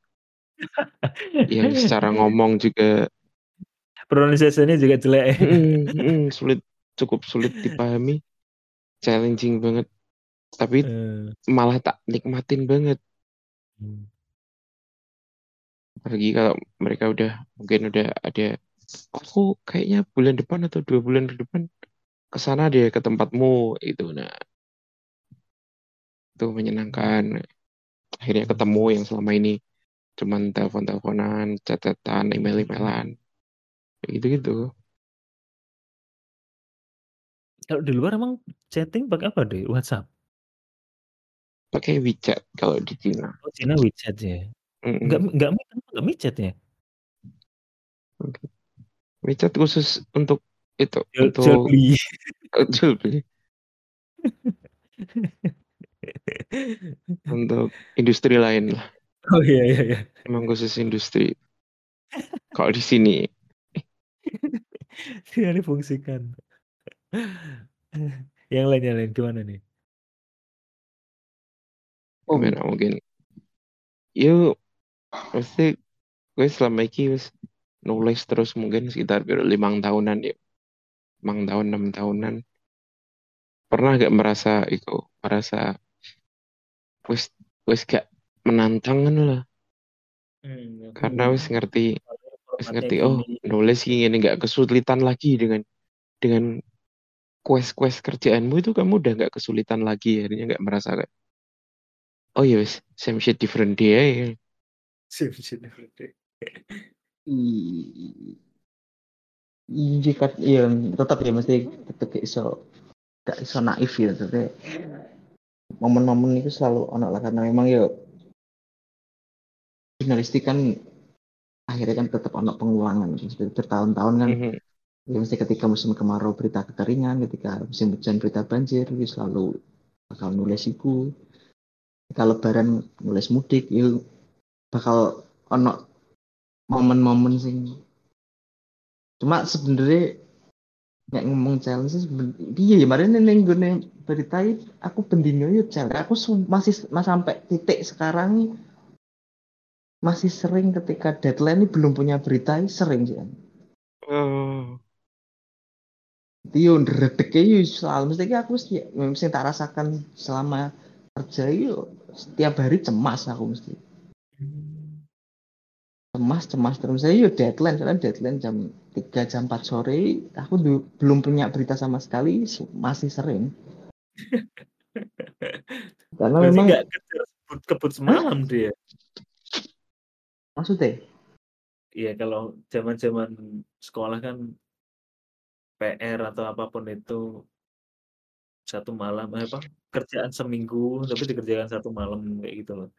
yang secara ngomong juga Pronunciation-nya juga jelek. cukup sulit dipahami, challenging banget. Tapi Eh, malah tak nikmatin banget. hmm. Apalagi kalau mereka mungkin udah ada, aku kayaknya bulan depan atau 2 bulan ke depan ke sana deh ke tempatmu itu. Nah, itu menyenangkan. Akhirnya ketemu yang selama ini cuman telepon-teleponan, catatan, email-emailan, kayak gitu-gitu. Kalau di luar emang chatting pakai apa deh? WhatsApp. Pakai WeChat kalau di Cina. Oh, Cina WeChat ya. Mm-mm. Enggak micet ya? Oke. WeChat khusus untuk itu, Jual untuk beli. jual beli, untuk industri lain lah. Oh iya iya iya. Emang khusus industri. Kalau di sini Tidak difungsikan. Yang lain gimana nih? gimana mungkin? Yuk, pasti gue selama ini wis nulis terus mungkin sekitar 5 tahunan ya, 5 tahun 6 tahunan. Pernah gak merasa wis wis gak menantang kan lah, karena wis Formatnya ngerti oh gini. nulis ini nggak kesulitan lagi dengan quest kerjaanmu itu kamu udah nggak kesulitan lagi, akhirnya nggak merasa kayak oh ya wis same shit different day ya. Jika iya tetap ya mesti tetap gak iso naif ya tapi momen-momen itu selalu ono lah karena memang ya jurnalistik kan akhirnya kan tetap ono pengulangan bertahun-tahun kan Mhm. ya mesti ketika musim kemarau berita kekeringan, ketika musim hujan berita banjir itu selalu bakal nulis iku, ketika lebaran nulis mudik itu bakal ono momen-momen sing cuma sebenarnya nggak ngomong challenge sih iya ya kemarin ning gone berita aku bendino yo challenge aku masih sampai titik sekarang masih sering ketika deadline ini belum punya berita ini sering sih. Oh, Yo ndredeg yo selalu mesti aku mesti tak rasakan selama kerja yo setiap hari cemas aku mesti cemas terus saya yo deadline karena deadline jam 3 jam 4 sore aku belum punya berita sama sekali masih sering karena Berarti memang nggak kejar kebut semalam dia. maksudnya Iya kalau zaman-zaman sekolah kan PR atau apapun itu satu malam apa kerjaan seminggu tapi dikerjakan satu malam kayak gitu loh.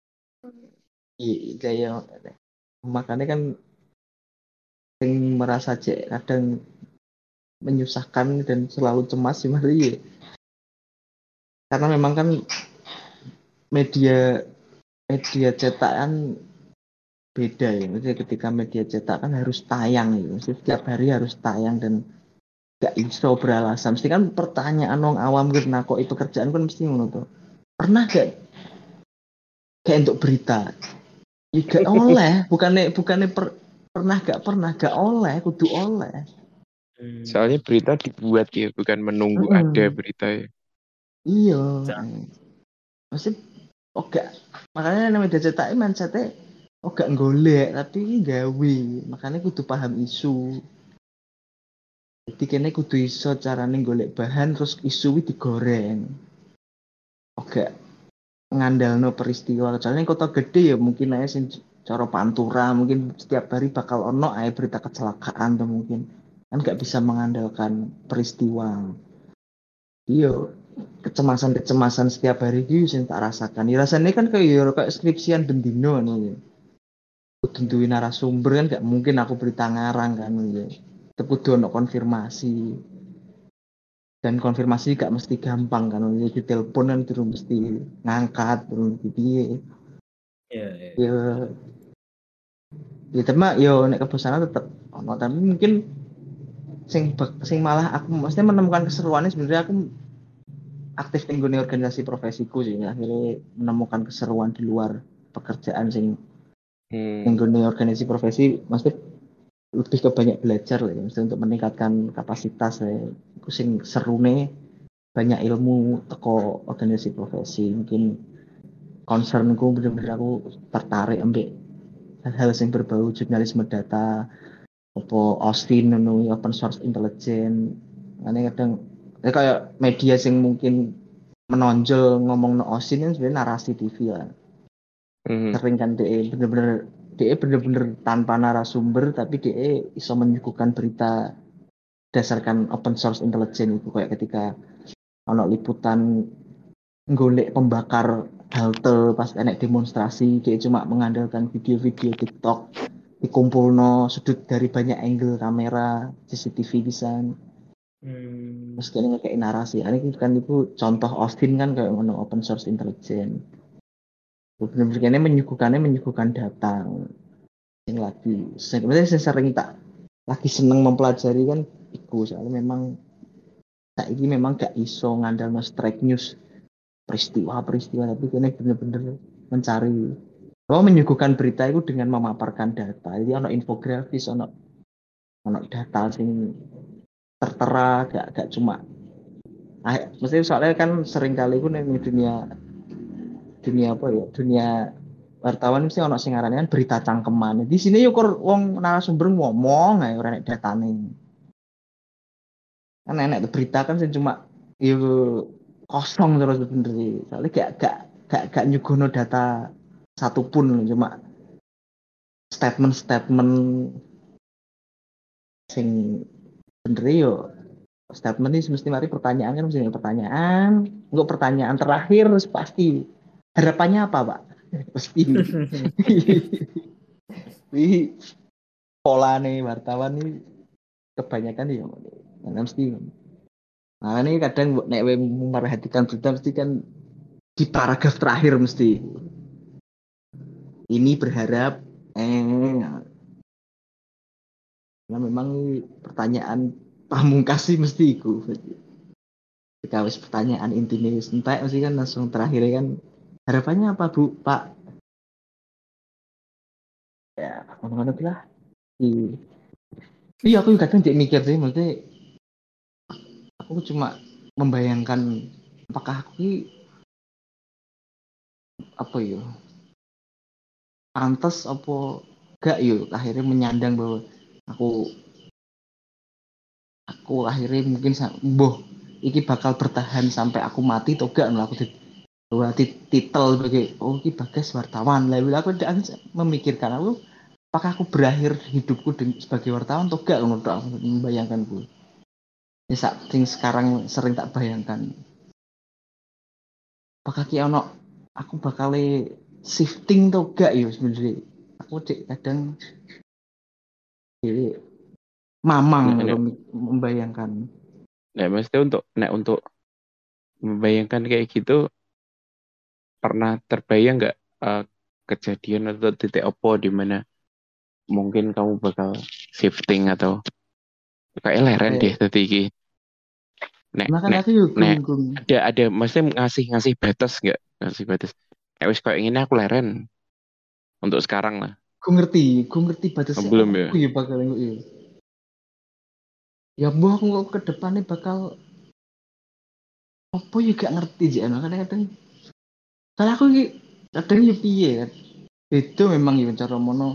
iya makanya kan yang merasa kadang menyusahkan dan selalu cemas sih Maria Karena memang kan media media cetak kan beda ya. Maksudnya ketika media cetak kan harus tayang ya. Maksudnya setiap hari harus tayang dan gak iso beralasan. Mesti kan pertanyaan wong awam gitu, nah kok itu kerjaan kan mesti ngono tuh. Pernah gak kayak untuk berita? Ya gak oleh, pernah gak oleh, kudu oleh. Soalnya berita dibuat ya, bukan menunggu ada Mm-mm. berita ya. Iya. Ja- Maksudnya oh gak, makanya namanya media cetak mindsetnya oh gak golek tapi ini gawe. Makanya kudu paham isu. Jadi kene kudu iso carane golek bahan terus isu iki digoreng. Oke, ngandalno peristiwa. Soalnya kota gede ya mungkin aja sing cara pantura mungkin setiap hari bakal ono aja berita kecelakaan tuh mungkin. Kan gak bisa mengandalkan peristiwa. Iya, kecemasan-kecemasan setiap hari itu yang tak rasakan. Ya rasanya kan kayak skripsian bendino nih. Kudu narasumber kan gak mungkin aku berita ngarang kan ya. Kudu ono konfirmasi. Dan konfirmasi gak mesti gampang kan ya ditelepon kan terus mesti ngangkat terus gitu Iya. ya ya tapi yo nek kebosanan tetep ono tapi mungkin sing malah aku maksudnya menemukan keseruannya sebenarnya aku aktif ning nggone organisasi profesiku sih akhirnya menemukan keseruan di luar pekerjaan sing ning nggone organisasi profesi maksudnya lebih ke banyak belajar lah ya maksudnya untuk meningkatkan kapasitas ya aku sing serune banyak ilmu teko organisasi profesi mungkin concernku bener-bener aku tertarik ambil hal-hal yang berbau jurnalisme data apa Austin open source intelligence ini kadang ya kayak media yang mungkin menonjol ngomong no Austin kan sebenarnya narasi TV lah sering kan DE bener-bener tanpa narasumber tapi DE bisa menyuguhkan berita berdasarkan open source intelligence itu kayak ketika ono liputan golek pembakar halte pas enek demonstrasi dia cuma mengandalkan video-video TikTok dikumpulno sudut dari banyak angle kamera CCTV bisa terus kayaknya kayak narasi ini kan itu contoh Austin kan kayak ngono open source intelligence benar-benar kayaknya menyuguhkan data yang lagi sebenarnya saya sering tak lagi seneng mempelajari kan itu soalnya memang tak ini memang gak iso ngandalno strike news peristiwa-peristiwa tapi kayaknya bener-bener mencari menyuguhkan berita itu dengan memaparkan data jadi ono infografis ono data sing tertera gak cuma mesti soalnya kan sering kali gue nih dunia apa ya dunia wartawan mesti ono sing aranane kan berita cangkeman di sini yuk wong narasumber ngomong ae ora nek datane kan enek berita kan sing cuma yuk kosong terus bener soalnya gak nyuguhno data satupun cuma statement sing bener yo statement ini mesti mari pertanyaan kan mesti pertanyaan enggak pertanyaan terakhir pasti harapannya apa pak pasti ini pola nih wartawan nih kebanyakan ya mesti nah ini kadang nek memperhatikan berita mesti kan di paragraf terakhir mesti ini berharap karena memang pertanyaan pamungkas sih mesti iku ketika wis pertanyaan intinya wis entek mesti kan langsung terakhir kan harapannya apa bu pak ya ngomong-ngomong lah iya aku kadang jadi mikir sih maksudnya aku cuma membayangkan apakah aku apa ya pantas apa gak yuk akhirnya menyandang bahwa aku akhirnya mungkin boh iki bakal bertahan sampai aku mati atau gak aku bahwa titel sebagai oh ini Bagas wartawan lah aku tidak memikirkan aku apakah aku berakhir hidupku sebagai wartawan atau gak menurut aku membayangkan bu ya sing sekarang sering tak bayangkan apakah ki ono aku bakal shifting atau gak ya sebenarnya aku kadang jadi mamang kalau membayangkan Nah, maksudnya untuk membayangkan kayak gitu, pernah terbayang nggak kejadian atau titik opo di mana mungkin kamu bakal shifting atau kayak leren deh Kayak tadi iki. Nek makan nek aku yuk nek gung. ada maksudnya ngasih batas nggak? Ngasih batas. Nek wis kayak gini aku leren untuk sekarang lah. Gue ngerti Oh, batasnya belum ya. apa ya bakal ya. Ya boh aku ke depannya bakal apa ya gak ngerti aja kadang-kadang. Karena aku iki kadang ya piye kan. Itu memang ya cara mono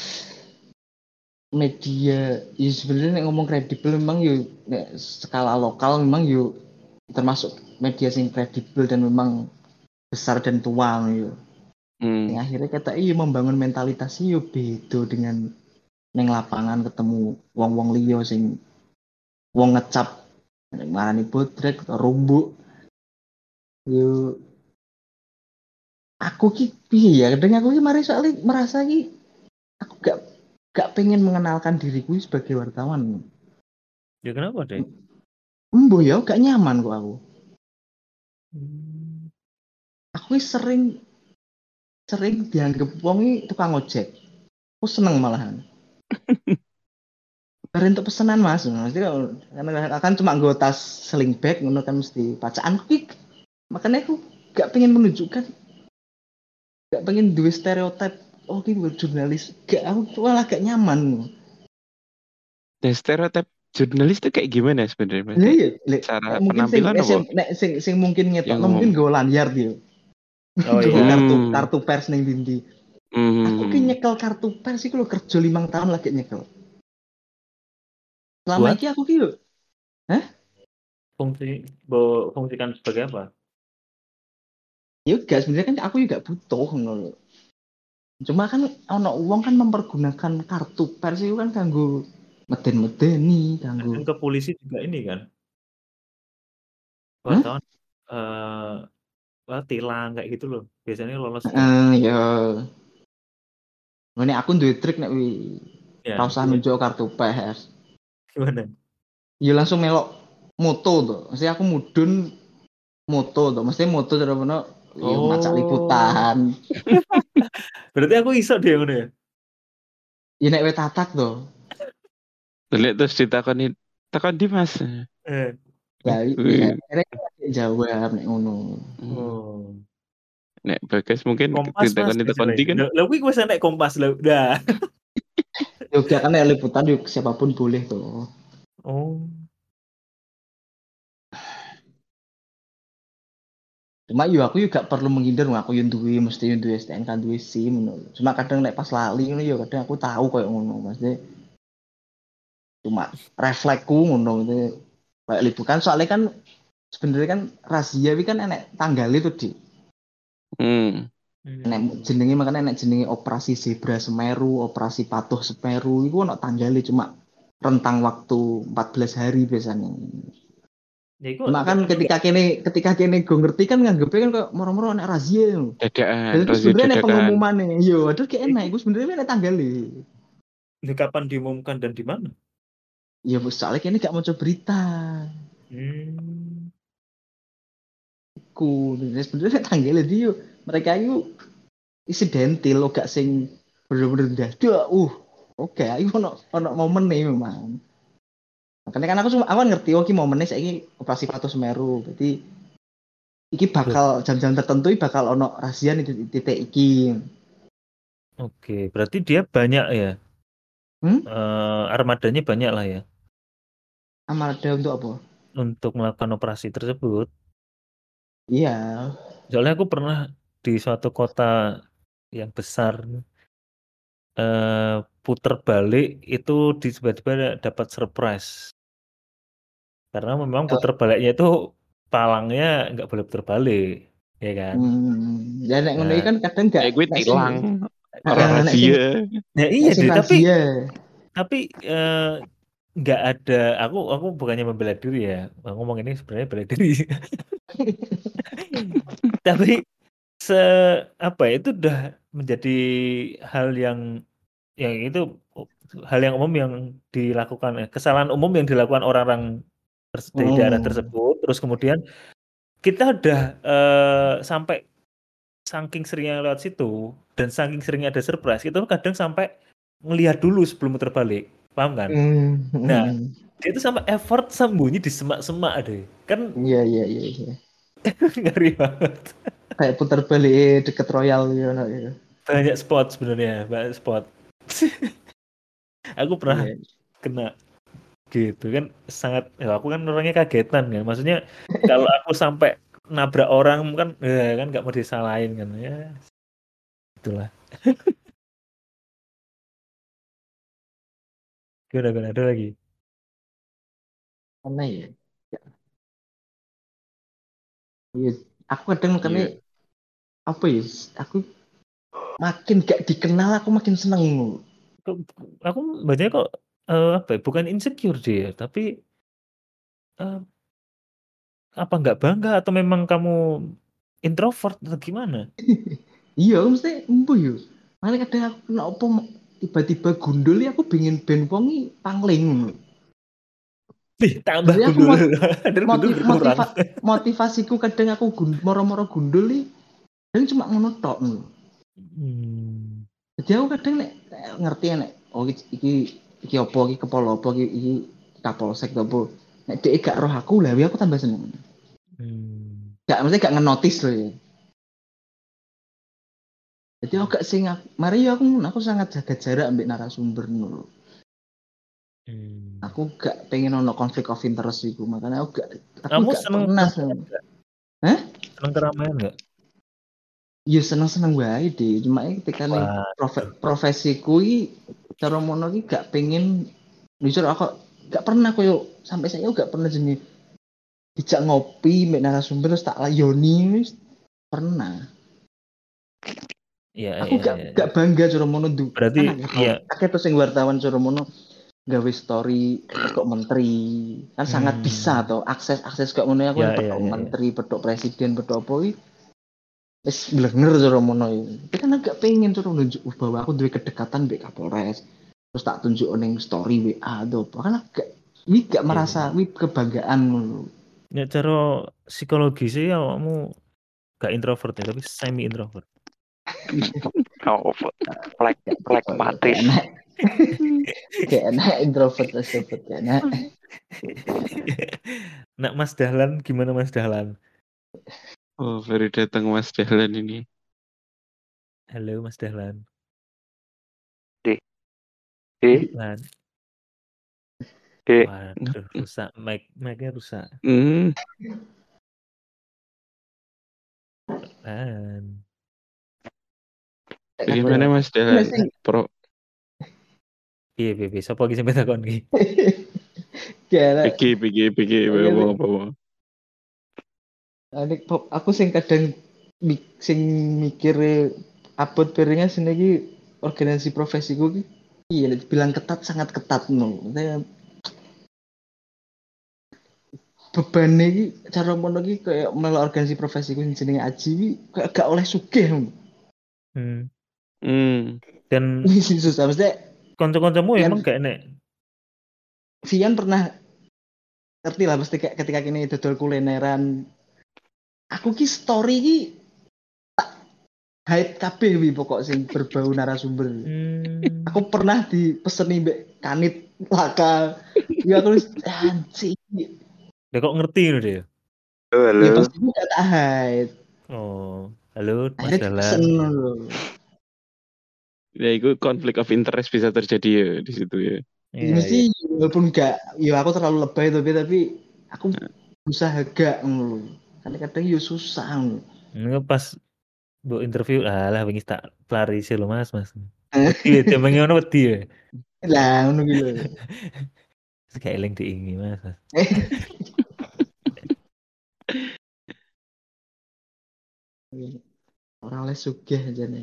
media ya sebenarnya nek ngomong kredibel memang ya nek skala lokal memang ya termasuk media sing kredibel dan memang besar dan tua ya. Yang akhirnya kata iya membangun mentalitas yo beda dengan neng lapangan ketemu wong-wong liya sing wong ngecap marani bodrek rumbuk yo aku ki piye ya kadang aku ki mari soalnya merasa ki aku gak pengen mengenalkan diriku sebagai wartawan. Ya kenapa deh? Embo ya gak nyaman kok aku. Hmm. Aku sering dianggap wong iki tukang ojek. Aku seneng malahan. Bareng untuk pesanan mas, mesti karena akan cuma gue tas sling bag, ngono kan mesti bacaan quick. Makanya aku gak pengen menunjukkan, gak pengen dua stereotip. Oh, ini buat jurnalis. Gak, aku malah gak nyaman. Dan stereotip jurnalis itu kayak gimana sebenarnya? Lah Maksudnya ya, cara mungkin penampilan apa? sing mungkin Yang ngetokno umum. mungkin gue lanyar dia. Oh Tuh iya. kartu pers ning dindi. Aku ki nyekel kartu pers iki lho kerja 5 tahun lagi nyekel. Selama Buat iki aku ki yo, fungsikan sebagai apa? ya gak sebenarnya kan aku juga butuh ngono. Cuma kan ono uang kan mempergunakan kartu pers itu kan kanggo meden-medeni, kanggo Kadang ke polisi juga ini kan, Hah? wartawan tilang kayak gitu loh. Biasanya lolos kan. Ya ngene aku duwe trik nek Ya, ora usah nunjuk kartu pers. gimana? Ya langsung melok moto tuh. Mesti aku mudun moto tuh. Mesti moto cara mana ya macak Oh. liputan. Berarti aku iso deh ngono ya. Ya nek tatak tuh. Lihat terus ditakoni di mas. Eh. Lah iya akhirnya jawab nek ngono. Oh. Nek Bagas mungkin Kompas mas ditakoni kan. lah kuwi wis nek Kompas lah udah. Ya kan nek liputan yuk siapapun boleh tuh. Oh. Cuma yo aku juga perlu menghindar aku yo duwe mesti yo duwe STNK duwe SIM ngono. Cuma kadang nek pas lali ngono yo kadang aku tahu koyo ngono maksudnya cuma refleksku ngono gitu. Kayak liputan soalnya kan sebenarnya kan razia ini kan enek tanggal itu di enek jenenge makanya enek jenenge operasi zebra Semeru, operasi patuh Semeru itu ono tanggalnya cuma rentang waktu 14 hari biasanya. Ya, Cuma kan ketika kene gue ngerti kan nganggepnya kan kok moro-moro enek razia. Dadakan, Dan itu razia sebenarnya enek dadakan. pengumumannya. Yo, aduh kayak enak, itu sebenarnya enek tanggalnya. Ini kapan diumumkan dan di mana? Ya soalnya kene gak mau coba berita. Sebenarnya tanggalnya dia mereka itu insidental lo gak sing bener-bener dadah oke itu ono momen nih memang makanya kan aku ngerti oke momennya saya operasi Patuh Semeru berarti iki bakal jam-jam tertentu bakal ono rahasia nih titik iki. Oke, berarti dia banyak ya, armadanya banyak lah ya Armada untuk apa? untuk melakukan operasi tersebut. Iya. Soalnya aku pernah di suatu kota yang besar puter balik itu tiba-tiba dapat surprise karena memang puter baliknya itu palangnya nggak boleh puter balik, ya kan? Dan nek ngono kan kadang gak gue tilang orang razia. Ya iya deh, razia. tapi nggak ada. Aku bukannya membela diri ya, ngomong ini sebenarnya bela diri. Tapi apa ya, itu udah menjadi hal yang itu hal yang umum yang dilakukan, kesalahan umum yang dilakukan orang-orang di daerah tersebut. Terus kemudian kita udah sampai saking seringnya lewat situ dan saking seringnya ada surprise, kita tuh kadang sampai ngelihat dulu sebelum muter balik, paham kan? Nah, dia tuh sampai effort sembunyi di semak-semak deh, kan Iya. ngeri banget. Kayak putar balik deket Royal gitu. Banyak spot sebenarnya, banyak spot. Aku pernah Iya. kena gitu kan, sangat aku kan orangnya kagetan kan, maksudnya kalau aku sampai nabrak orang kan kan nggak mau disalahin kan, ya itulah. Gimana ada lagi? Mana ya? Iya. Aku kadang makanya Iya. apa ya? Aku makin gak dikenal aku makin seneng. Aku bacanya kok apa ya, bukan insecure dia, tapi apa nggak bangga atau memang kamu introvert atau gimana? Iya, aku mesti empuh yo. Makanya kadang aku kena apa tiba-tiba gundul ya aku pengen ben wong pangling. Tambah Jadi aku gundul, ada gundul berkurang. motivasiku kadang aku moro-moro gundul nih, dan cuma ngono tok. Hmm. Jadi aku kadang nek ngerti nek oh iki apa iki kepala apa iki kapolsek apa. Nek dhek gak roh aku lah aku tambah seneng. Gak mesti gak ngenotis loh ya. Jadi aku gak sing mari aku sangat jaga jarak ambek narasumber dulu. Aku gak pengen ono konflik of interest iku, makanya aku Kamu gak seneng pernah. keramaian nggak? Hah? Seneng keramaian nggak? Ya seneng-seneng wae deh. Cuma ketika nih Wah, profesiku iki cara mono iki gak pengen jujur aku gak pernah koyo sampai saya gak pernah jenis dijak ngopi mbek narasumber terus tak layoni wis pernah. iya, Aku iya, iya. gak bangga cara mono Berarti kan iya. akeh tuh sing wartawan cara mono gawe story kok menteri kan sangat bisa atau akses kok ngono aku Ya, yang iya, petok iya, iya. menteri petok presiden petok apa iki wis blenger cara mono iki. Tapi kan agak pengen cara nunjuk bahwa aku duwe kedekatan mbek Kapolres. Terus tak tunjuk ning story WA atau apa kan agak gak Iya, merasa kebanggaan ngono. ya cara psikologi sih kamu gak introvert ya, tapi semi introvert. Oh, Gak pragmatis. enak. Gak enak introvert extrovert gak enak. Nak Mas Dahlan gimana Mas Dahlan? Oh, baru datang Mas Dahlan ini. Halo Mas Dahlan. D. Dahlan. D. Waduh, rusak mic-nya rusak. Dan Bagaimana Mas Dahlan? iya, sapa lagi sampai takon iki? PG, apa? Aku sing kadang sing mikir abot piringnya sini lagi organisasi profesiku ki iya bilang ketat sangat ketat no. Beban iki cara mono ki kayak melu organisasi profesiku sing jenenge Aji kayak gak oleh sugih. Dan susah mesti kanca-kancamu emang gak enek. Vian pernah ngerti lah pasti kayak ketika kini dodol kulineran aku ki story ki hide kabeh wi pokok sing berbau narasumber. Aku pernah dipeseni mbek Kanit Laka. Ya aku anjing. Dia kok ngerti loh dia. Halo. Ya pasti gak tak hide. Oh, halo Mas Akhirnya Dahlan. Ya itu konflik of interest bisa terjadi ya di situ ya. Ya, mesti walaupun gak ya aku terlalu lebay tapi aku usaha gak ngono. Kadang-kadang ya susah ngono. Pas bu interview lah wingi tak pelari sih lo Mas. Wedi dia ngono wedi ya. Lah ngono ki lho. Kayak eling diingi Mas. Orang oleh sugih aja nih.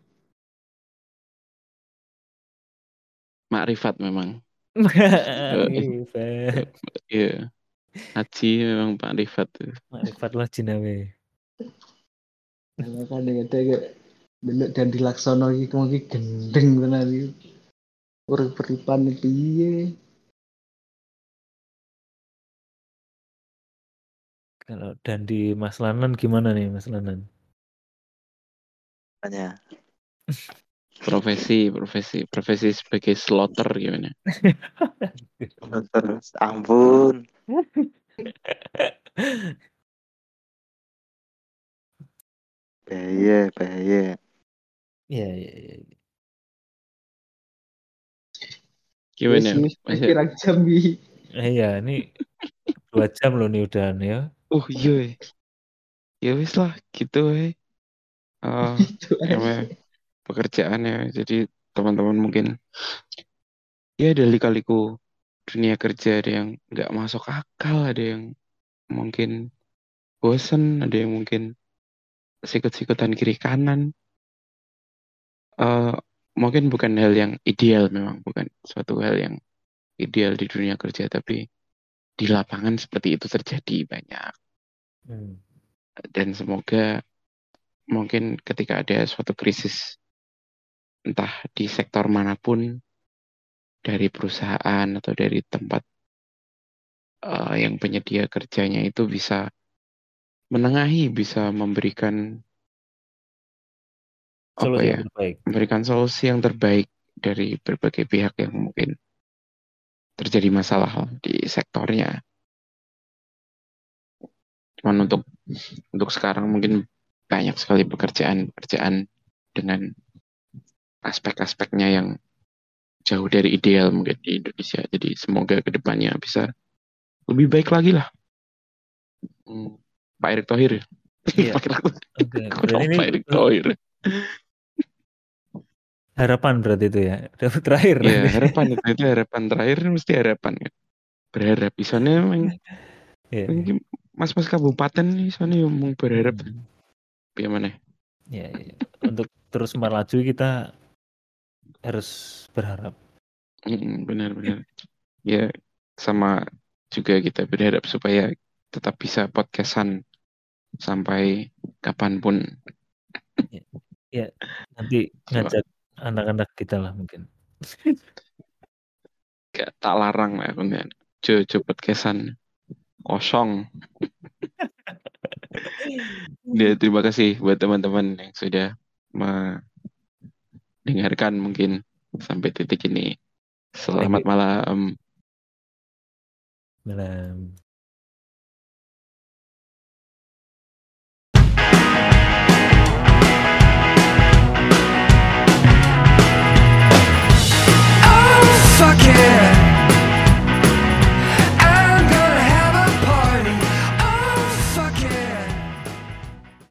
Makrifat memang. Makrifat. Iya. Haji memang makrifat. Makrifat lah jinawe. Karena kan ada Delok dan dilaksono iki mungkin gendeng tenan iki. Urip peripan piye? Kalau Dandi Mas Lanan gimana nih Mas Lanan? Tanya. Profesi sebagai slaughter gimana? Terus ampun. Bahaya. Iya, iya, iya. Gimana? Yes, Masih? pirang jam wi. Iya, ini 2 jam loh nih udah nih ya. Oh iya. Ya wis lah gitu eh. Itu Namanya pekerjaan ya. Jadi teman-teman mungkin ya ada lika-liku dunia kerja, ada yang nggak masuk akal, ada yang mungkin bosen, ada yang mungkin sikut-sikutan kiri kanan. Eh mungkin bukan hal yang ideal, memang bukan suatu hal yang ideal di dunia kerja, tapi di lapangan seperti itu terjadi banyak. Hmm. Dan semoga mungkin ketika ada suatu krisis entah di sektor manapun, dari perusahaan atau dari tempat yang penyedia kerjanya itu bisa menengahi, bisa memberikan apa Solusi ya, yang terbaik. memberikan solusi yang terbaik dari berbagai pihak yang mungkin terjadi masalah di sektornya. Cuman untuk sekarang mungkin banyak sekali pekerjaan dengan aspek-aspeknya yang jauh dari ideal mungkin di Indonesia. Jadi semoga kedepannya bisa lebih baik lagi lah. Pak Erick Thohir. Iya. Pak Oke, berarti ini Pak Erick Thohir. harapan berarti itu ya. Dapat terakhir. Ya harapan itu harapan terakhir mesti harapan ya. Berharap isone Iya. mas-mas kabupaten nih soalnya mau berharap bagaimana? Ya, ya. Untuk terus melaju kita harus berharap. Benar-benar. Ya sama juga kita berharap supaya tetap bisa podcastan sampai kapanpun. Ya, nanti ngajak anak-anak kita lah mungkin. Gak tak larang lah aku kan. Jojo podcastan kosong. Ya, terima kasih buat teman-teman yang sudah mendengarkan mungkin sampai titik ini. Selamat malam. Malam.